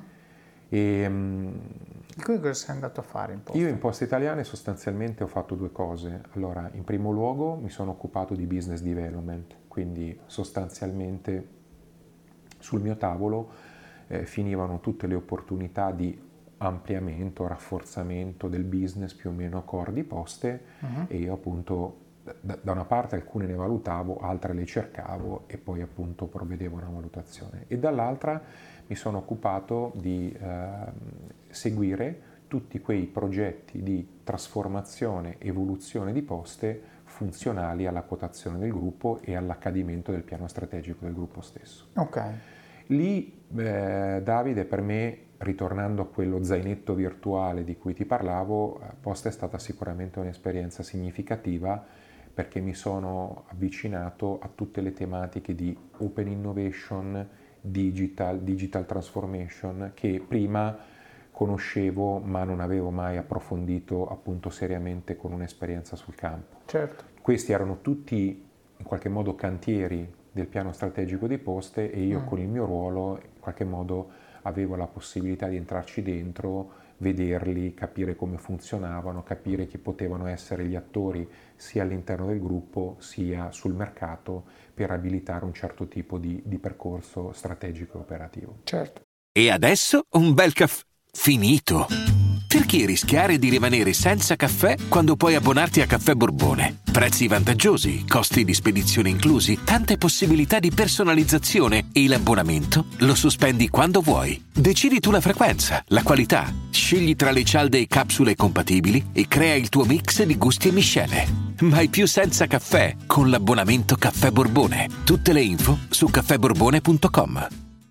Quindi cosa sei andato a fare in Poste? Io in Poste Italiane sostanzialmente ho fatto due cose. Allora, in primo luogo mi sono occupato di business development, quindi sostanzialmente sul mio tavolo finivano tutte le opportunità di ampliamento, rafforzamento del business più o meno core di Poste e io appunto da una parte alcune ne valutavo, altre le cercavo e poi appunto provvedevo a una valutazione, e dall'altra mi sono occupato di seguire tutti quei progetti di trasformazione, evoluzione di Poste funzionali alla quotazione del gruppo e all'accadimento del piano strategico del gruppo stesso. Ok. Lì, Davide, per me, ritornando a quello zainetto virtuale di cui ti parlavo, Poste è stata sicuramente un'esperienza significativa perché mi sono avvicinato a tutte le tematiche di open innovation, digital transformation, che prima conoscevo ma non avevo mai approfondito appunto seriamente con un'esperienza sul campo. Certo. Questi erano tutti in qualche modo cantieri del piano strategico di Poste e io con il mio ruolo in qualche modo avevo la possibilità di entrarci dentro, vederli, capire come funzionavano, capire chi potevano essere gli attori sia all'interno del gruppo sia sul mercato per abilitare un certo tipo di percorso strategico e operativo. Certo. E adesso un bel caffè finito. Perché rischiare di rimanere senza caffè quando puoi abbonarti a Caffè Borbone? Prezzi vantaggiosi, costi di spedizione inclusi, tante possibilità di personalizzazione e l'abbonamento lo sospendi quando vuoi. Decidi tu la frequenza, la qualità, scegli tra le cialde e capsule compatibili e crea il tuo mix di gusti e miscele. Mai più senza caffè con l'abbonamento Caffè Borbone. Tutte le info su caffèborbone.com.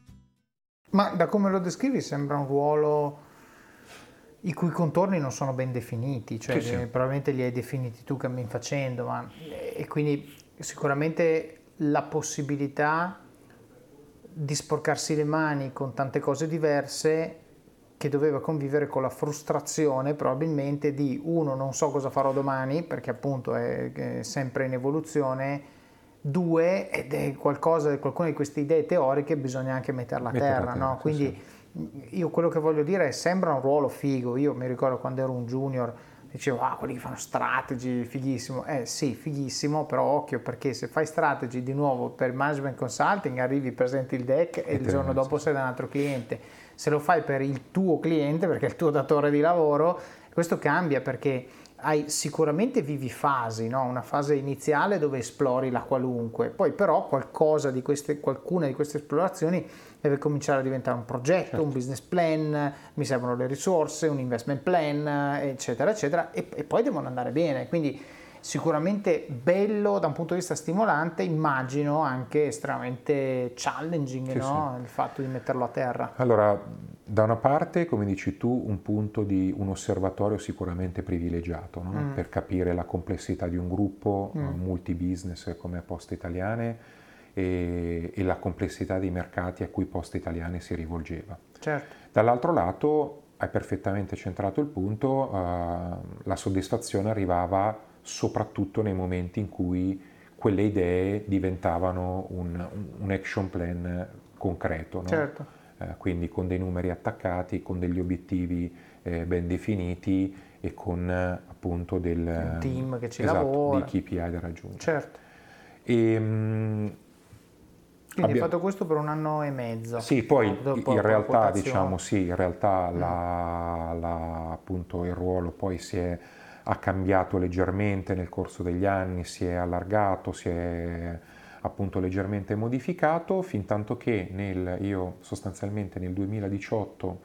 Ma da come lo descrivi sembra un ruolo i cui contorni non sono ben definiti, cioè sì. Probabilmente li hai definiti tu cammin facendo, e quindi sicuramente la possibilità di sporcarsi le mani con tante cose diverse, che doveva convivere con la frustrazione probabilmente di uno, non so cosa farò domani perché appunto è sempre in evoluzione, due, ed è qualcuna di queste idee teoriche bisogna anche metterla a terra, no? Quindi sì. Io quello che voglio dire è sembra un ruolo figo. Io mi ricordo quando ero un junior dicevo quelli che fanno strategy, fighissimo. Sì, fighissimo, però occhio, perché se fai strategy di nuovo per management consulting arrivi, presenti il deck e il giorno dopo sei da un altro cliente. Se lo fai per il tuo cliente, perché è il tuo datore di lavoro, questo cambia, perché sicuramente vivi fasi, no? Una fase iniziale dove esplori la qualunque, poi però qualcuna di queste esplorazioni deve cominciare a diventare un progetto, certo. Un business plan, mi servono le risorse, un investment plan, eccetera, eccetera, e poi devono andare bene. Quindi sicuramente bello da un punto di vista stimolante, immagino anche estremamente challenging, sì, no? Sì. Il fatto di metterlo a terra. Allora, da una parte, come dici tu, un punto di un osservatorio sicuramente privilegiato, no? Per capire la complessità di un gruppo multibusiness come Poste Italiane, e la complessità dei mercati a cui Poste Italiane si rivolgeva. Certo. Dall'altro lato, hai perfettamente centrato il punto, la soddisfazione arrivava soprattutto nei momenti in cui quelle idee diventavano un action plan concreto, no? Certo. Quindi con dei numeri attaccati, con degli obiettivi ben definiti e con appunto un team che ci lavora, di KPI da raggiungere. Certo. Quindi hai fatto questo per 1 anno e mezzo. Sì, poi in realtà appunto il ruolo poi ha cambiato leggermente nel corso degli anni, si è allargato, si è appunto leggermente modificato, fin tanto che io sostanzialmente nel 2018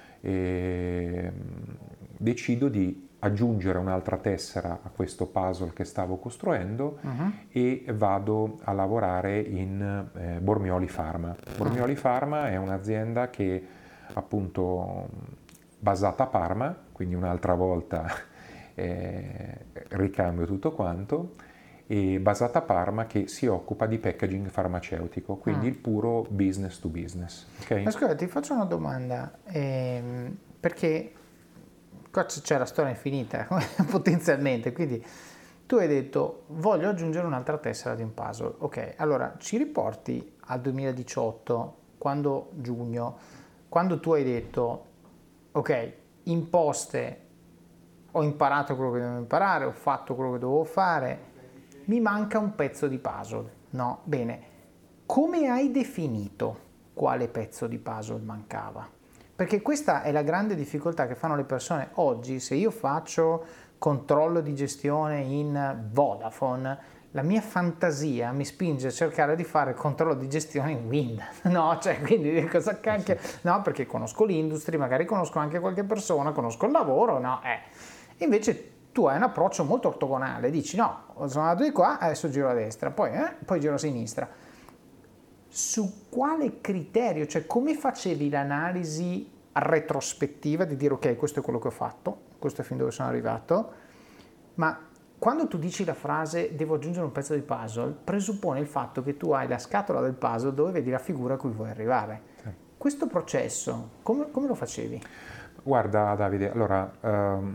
decido di aggiungere un'altra tessera a questo puzzle che stavo costruendo e vado a lavorare in Bormioli Pharma. Bormioli Pharma è un'azienda che appunto basata a Parma, quindi un'altra volta ricambio tutto quanto, e basata a Parma che si occupa di packaging farmaceutico, quindi il puro business to business. Okay? Ma scusa, ti faccio una domanda, perché qua c'è la storia infinita potenzialmente, quindi tu hai detto voglio aggiungere un'altra tessera di un puzzle. Ok, allora ci riporti al 2018, giugno, quando tu hai detto ok, in Poste ho imparato quello che dovevo imparare, ho fatto quello che dovevo fare, mi manca un pezzo di puzzle, no? Bene, come hai definito quale pezzo di puzzle mancava? Perché questa è la grande difficoltà che fanno le persone oggi. Se io faccio controllo di gestione in Vodafone, la mia fantasia mi spinge a cercare di fare controllo di gestione in Wind, no? Cioè, quindi cosa cacchio? No, perché conosco l'industria, magari conosco anche qualche persona, conosco il lavoro, no? Invece tu hai un approccio molto ortogonale, dici no, sono andato di qua, adesso giro a destra, poi giro a sinistra. Su quale criterio, cioè come facevi l'analisi retrospettiva di dire ok, questo è quello che ho fatto, questo è fin dove sono arrivato, ma quando tu dici la frase devo aggiungere un pezzo di puzzle, presuppone il fatto che tu hai la scatola del puzzle dove vedi la figura a cui vuoi arrivare. Sì. Questo processo, come lo facevi? Guarda Davide, allora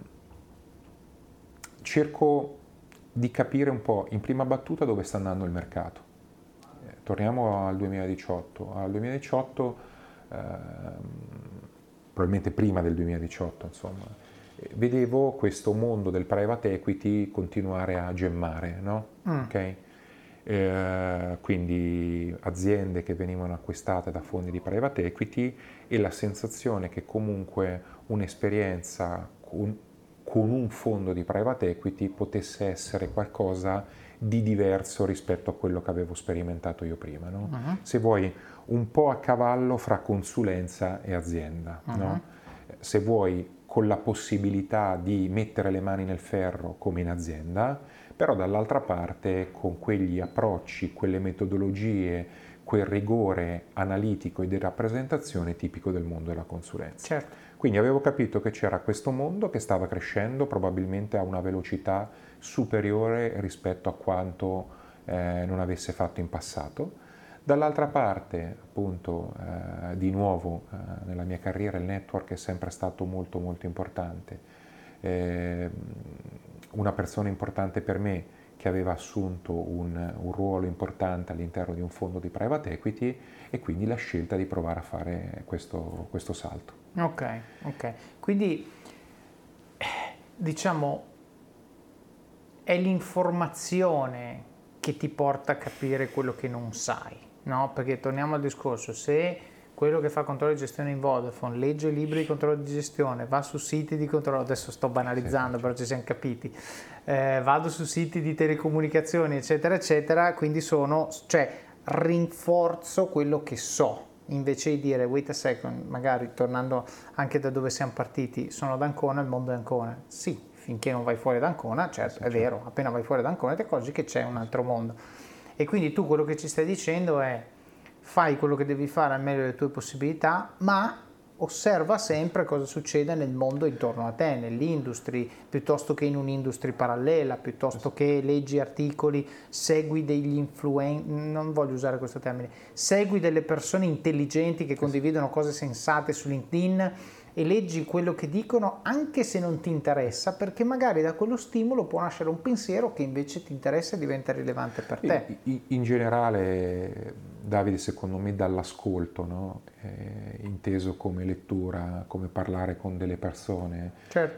cerco di capire un po' in prima battuta dove sta andando il mercato. Torniamo al 2018. Al 2018, probabilmente prima del 2018, insomma, vedevo questo mondo del private equity continuare a gemmare, no? Okay? Quindi aziende che venivano acquistate da fondi di private equity e la sensazione che comunque un'esperienza con un fondo di private equity potesse essere qualcosa di diverso rispetto a quello che avevo sperimentato io prima, no? Se vuoi, un po' a cavallo fra consulenza e azienda, no? Se vuoi, con la possibilità di mettere le mani nel ferro come in azienda, però dall'altra parte con quegli approcci, quelle metodologie, quel rigore analitico e di rappresentazione tipico del mondo della consulenza. Certo. Quindi avevo capito che c'era questo mondo che stava crescendo probabilmente a una velocità superiore rispetto a quanto non avesse fatto in passato. Dall'altra parte, appunto, di nuovo nella mia carriera il network è sempre stato molto molto importante. Una persona importante per me che aveva assunto un ruolo importante all'interno di un fondo di private equity e quindi la scelta di provare a fare questo salto. Ok. Quindi diciamo è l'informazione che ti porta a capire quello che non sai, no? Perché torniamo al discorso, se quello che fa controllo di gestione in Vodafone legge libri di controllo di gestione, va su siti di controllo, adesso sto banalizzando, però ci siamo capiti, vado su siti di telecomunicazioni eccetera eccetera, quindi rinforzo quello che so, invece di dire wait a second, magari tornando anche da dove siamo partiti, sono ad Ancona, il mondo è Ancona, sì, finché non vai fuori da Ancona, certo, è vero, appena vai fuori da Ancona ti accorgi che c'è un altro mondo, e quindi tu quello che ci stai dicendo è fai quello che devi fare al meglio delle tue possibilità, ma osserva sempre cosa succede nel mondo intorno a te, nell'industria, piuttosto che in un'industria parallela, piuttosto che leggi articoli, segui degli influencer, non voglio usare questo termine, segui delle persone intelligenti che condividono cose sensate su LinkedIn e leggi quello che dicono anche se non ti interessa, perché magari da quello stimolo può nascere un pensiero che invece ti interessa e diventa rilevante per te. In generale, Davide, secondo me dall'ascolto, no? Inteso come lettura, come parlare con delle persone, certo.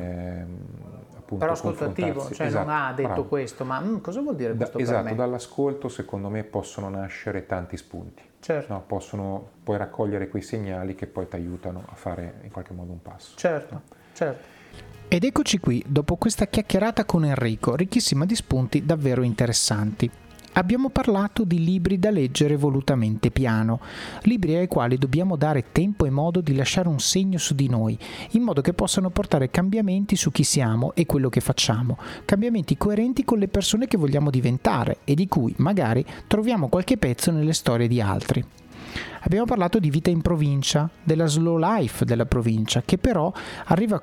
Appunto, però ascolto attivo, cioè esatto, non ha detto bravo. Questo, ma cosa vuol dire questo per esatto, me? Dall'ascolto secondo me possono nascere tanti spunti. Certo. No, puoi raccogliere quei segnali che poi ti aiutano a fare in qualche modo un passo. Certo, no? Certo. Ed eccoci qui, dopo questa chiacchierata con Enrico, ricchissima di spunti davvero interessanti. Abbiamo parlato di libri da leggere volutamente piano, libri ai quali dobbiamo dare tempo e modo di lasciare un segno su di noi, in modo che possano portare cambiamenti su chi siamo e quello che facciamo, cambiamenti coerenti con le persone che vogliamo diventare e di cui magari troviamo qualche pezzo nelle storie di altri. Abbiamo parlato di vita in provincia, della slow life della provincia, che però arrivi a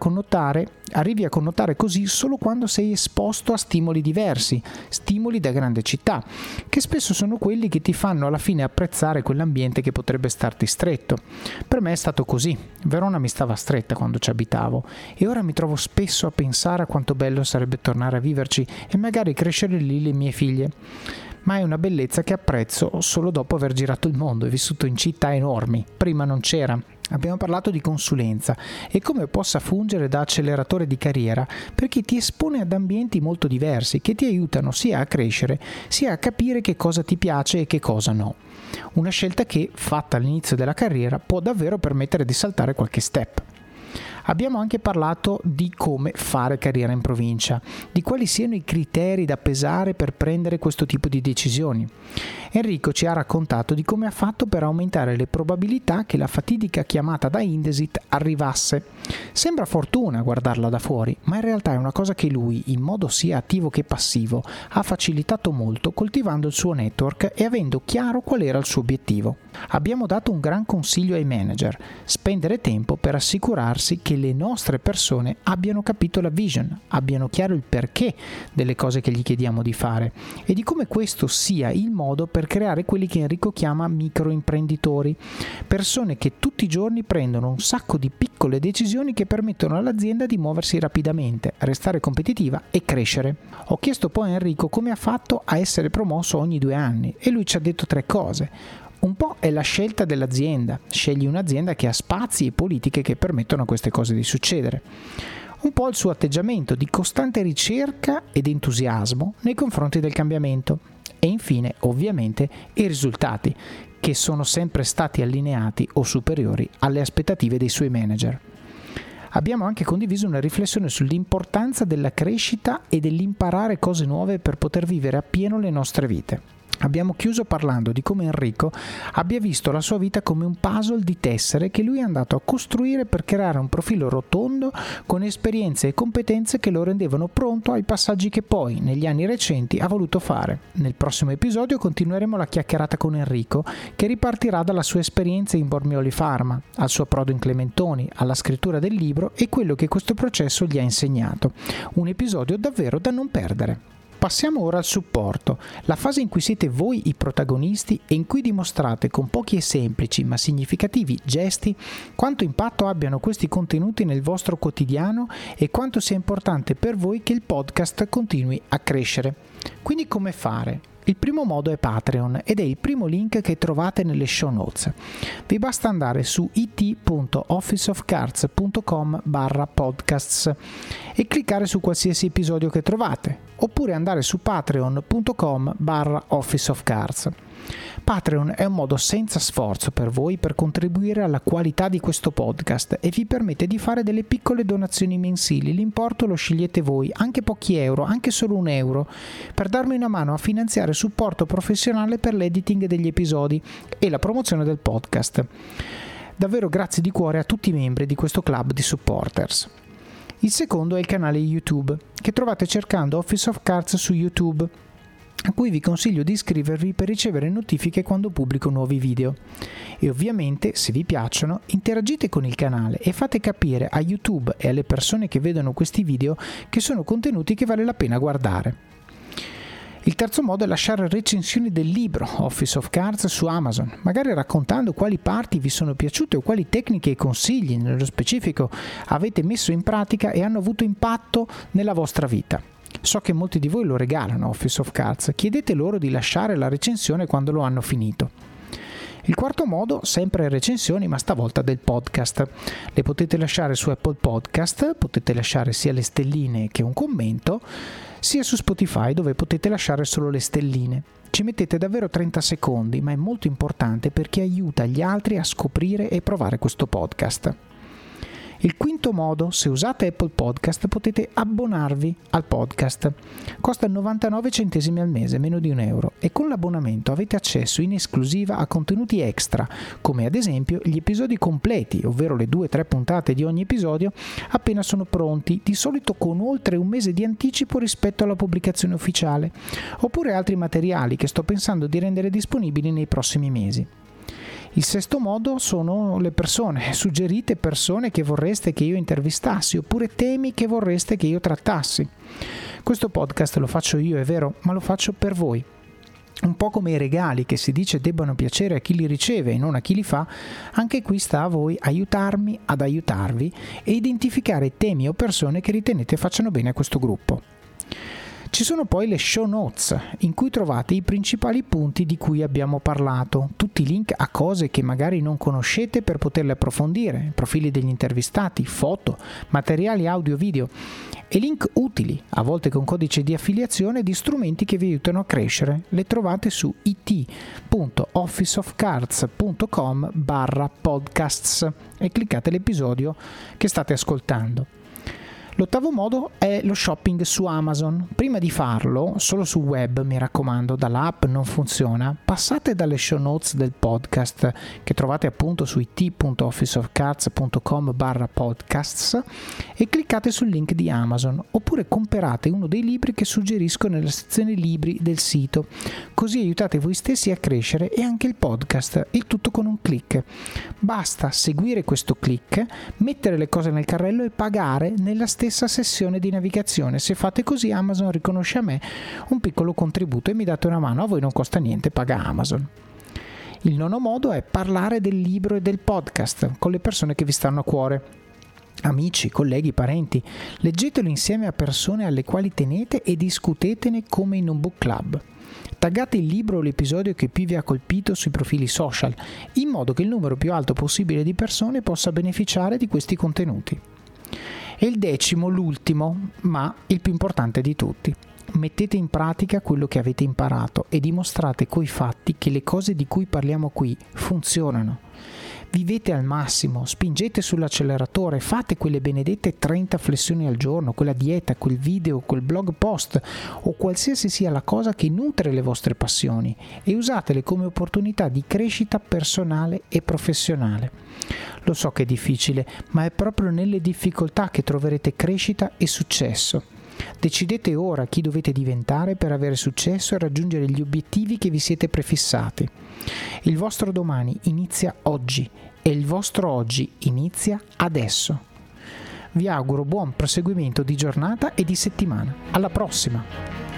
connotare così solo quando sei esposto a stimoli diversi, stimoli da grande città, che spesso sono quelli che ti fanno alla fine apprezzare quell'ambiente che potrebbe starti stretto. Per me è stato così. Verona mi stava stretta quando ci abitavo e ora mi trovo spesso a pensare a quanto bello sarebbe tornare a viverci e magari crescere lì le mie figlie. Ma è una bellezza che apprezzo solo dopo aver girato il mondo e vissuto in città enormi. Prima non c'era. Abbiamo parlato di consulenza e come possa fungere da acceleratore di carriera perché ti espone ad ambienti molto diversi che ti aiutano sia a crescere sia a capire che cosa ti piace e che cosa no. Una scelta che, fatta all'inizio della carriera, può davvero permettere di saltare qualche step. Abbiamo anche parlato di come fare carriera in provincia, di quali siano i criteri da pesare per prendere questo tipo di decisioni. Enrico ci ha raccontato di come ha fatto per aumentare le probabilità che la fatidica chiamata da Indesit arrivasse. Sembra fortuna guardarla da fuori, ma in realtà è una cosa che lui, in modo sia attivo che passivo, ha facilitato molto coltivando il suo network e avendo chiaro qual era il suo obiettivo. Abbiamo dato un gran consiglio ai manager: spendere tempo per assicurarsi che le nostre persone abbiano capito la vision, abbiano chiaro il perché delle cose che gli chiediamo di fare e di come questo sia il modo per creare quelli che Enrico chiama microimprenditori, persone che tutti i giorni prendono un sacco di piccole decisioni che permettono all'azienda di muoversi rapidamente, restare competitiva e crescere. Ho chiesto poi a Enrico come ha fatto a essere promosso ogni 2 anni e lui ci ha detto 3 cose. Un po' è la scelta dell'azienda, scegli un'azienda che ha spazi e politiche che permettono a queste cose di succedere. Un po' il suo atteggiamento di costante ricerca ed entusiasmo nei confronti del cambiamento. E infine, ovviamente, i risultati, che sono sempre stati allineati o superiori alle aspettative dei suoi manager. Abbiamo anche condiviso una riflessione sull'importanza della crescita e dell'imparare cose nuove per poter vivere appieno le nostre vite. Abbiamo chiuso parlando di come Enrico abbia visto la sua vita come un puzzle di tessere che lui è andato a costruire per creare un profilo rotondo con esperienze e competenze che lo rendevano pronto ai passaggi che poi, negli anni recenti, ha voluto fare. Nel prossimo episodio continueremo la chiacchierata con Enrico, che ripartirà dalla sua esperienza in Bormioli Pharma, al suo approdo in Clementoni, alla scrittura del libro e quello che questo processo gli ha insegnato. Un episodio davvero da non perdere. Passiamo ora al supporto, la fase in cui siete voi i protagonisti e in cui dimostrate con pochi e semplici ma significativi gesti quanto impatto abbiano questi contenuti nel vostro quotidiano e quanto sia importante per voi che il podcast continui a crescere. Quindi come fare? Il primo modo è Patreon ed è il primo link che trovate nelle show notes. Vi basta andare su it.officeofcards.com/podcasts e cliccare su qualsiasi episodio che trovate, oppure andare su patreon.com/officeofcards. Patreon è un modo senza sforzo per voi per contribuire alla qualità di questo podcast e vi permette di fare delle piccole donazioni mensili. L'importo lo scegliete voi, anche pochi euro, anche solo €1, per darmi una mano a finanziare supporto professionale per l'editing degli episodi e la promozione del podcast. Davvero grazie di cuore a tutti i membri di questo club di supporters. Il secondo è il canale YouTube, che trovate cercando Office of Cards su YouTube. a cui vi consiglio di iscrivervi per ricevere notifiche quando pubblico nuovi video. E ovviamente, se vi piacciono, interagite con il canale e fate capire a YouTube e alle persone che vedono questi video che sono contenuti che vale la pena guardare. Il terzo modo è lasciare recensioni del libro Office of Cards su Amazon, magari raccontando quali parti vi sono piaciute o quali tecniche e consigli, nello specifico, avete messo in pratica e hanno avuto impatto nella vostra vita. So che molti di voi lo regalano Office of Cards, chiedete loro di lasciare la recensione quando lo hanno finito. Il quarto modo, sempre recensioni, ma stavolta del podcast. Le potete lasciare su Apple Podcast, potete lasciare sia le stelline che un commento, sia su Spotify dove potete lasciare solo le stelline. Ci mettete davvero 30 secondi, ma è molto importante perché aiuta gli altri a scoprire e provare questo podcast. Il quinto modo, se usate Apple Podcast potete abbonarvi al podcast. Costa 99 centesimi al mese, meno di €1, e con l'abbonamento avete accesso in esclusiva a contenuti extra, come ad esempio gli episodi completi, ovvero le 2-3 puntate di ogni episodio appena sono pronti, di solito con oltre un mese di anticipo rispetto alla pubblicazione ufficiale, oppure altri materiali che sto pensando di rendere disponibili nei prossimi mesi. Il sesto modo sono le persone. Suggerite persone che vorreste che io intervistassi oppure temi che vorreste che io trattassi. Questo podcast lo faccio io, è vero, ma lo faccio per voi. Un po' come i regali che si dice debbano piacere a chi li riceve e non a chi li fa, anche qui sta a voi aiutarmi ad aiutarvi e identificare temi o persone che ritenete facciano bene a questo gruppo. Ci sono poi le show notes, in cui trovate i principali punti di cui abbiamo parlato, tutti i link a cose che magari non conoscete per poterle approfondire, profili degli intervistati, foto, materiali audio-video e link utili, a volte con codice di affiliazione, di strumenti che vi aiutano a crescere. Le trovate su it.officeofcards.com/podcasts e cliccate l'episodio che state ascoltando. L'ottavo modo è lo shopping su Amazon. Prima di farlo, solo sul web, mi raccomando, dall'app non funziona, passate dalle show notes del podcast che trovate appunto su it.officeofcards.com/podcasts e cliccate sul link di Amazon, oppure comprate uno dei libri che suggerisco nella sezione libri del sito, così aiutate voi stessi a crescere e anche il podcast, il tutto con un click. Basta seguire questo click, mettere le cose nel carrello e pagare nella stessa sessione di navigazione. Se fate così, Amazon riconosce a me un piccolo contributo e mi date una mano. A voi non costa niente, paga Amazon. Il nono modo è parlare del libro e del podcast con le persone che vi stanno a cuore. Amici, colleghi, parenti, leggetelo insieme a persone alle quali tenete e discutetene come in un book club. Taggate il libro o l'episodio che più vi ha colpito sui profili social, in modo che il numero più alto possibile di persone possa beneficiare di questi contenuti. E il decimo, l'ultimo, ma il più importante di tutti. Mettete in pratica quello che avete imparato e dimostrate coi fatti che le cose di cui parliamo qui funzionano. Vivete al massimo, spingete sull'acceleratore, fate quelle benedette 30 flessioni al giorno, quella dieta, quel video, quel blog post o qualsiasi sia la cosa che nutre le vostre passioni e usatele come opportunità di crescita personale e professionale. Lo so che è difficile, ma è proprio nelle difficoltà che troverete crescita e successo. Decidete ora chi dovete diventare per avere successo e raggiungere gli obiettivi che vi siete prefissati. Il vostro domani inizia oggi e il vostro oggi inizia adesso. Vi auguro buon proseguimento di giornata e di settimana. Alla prossima!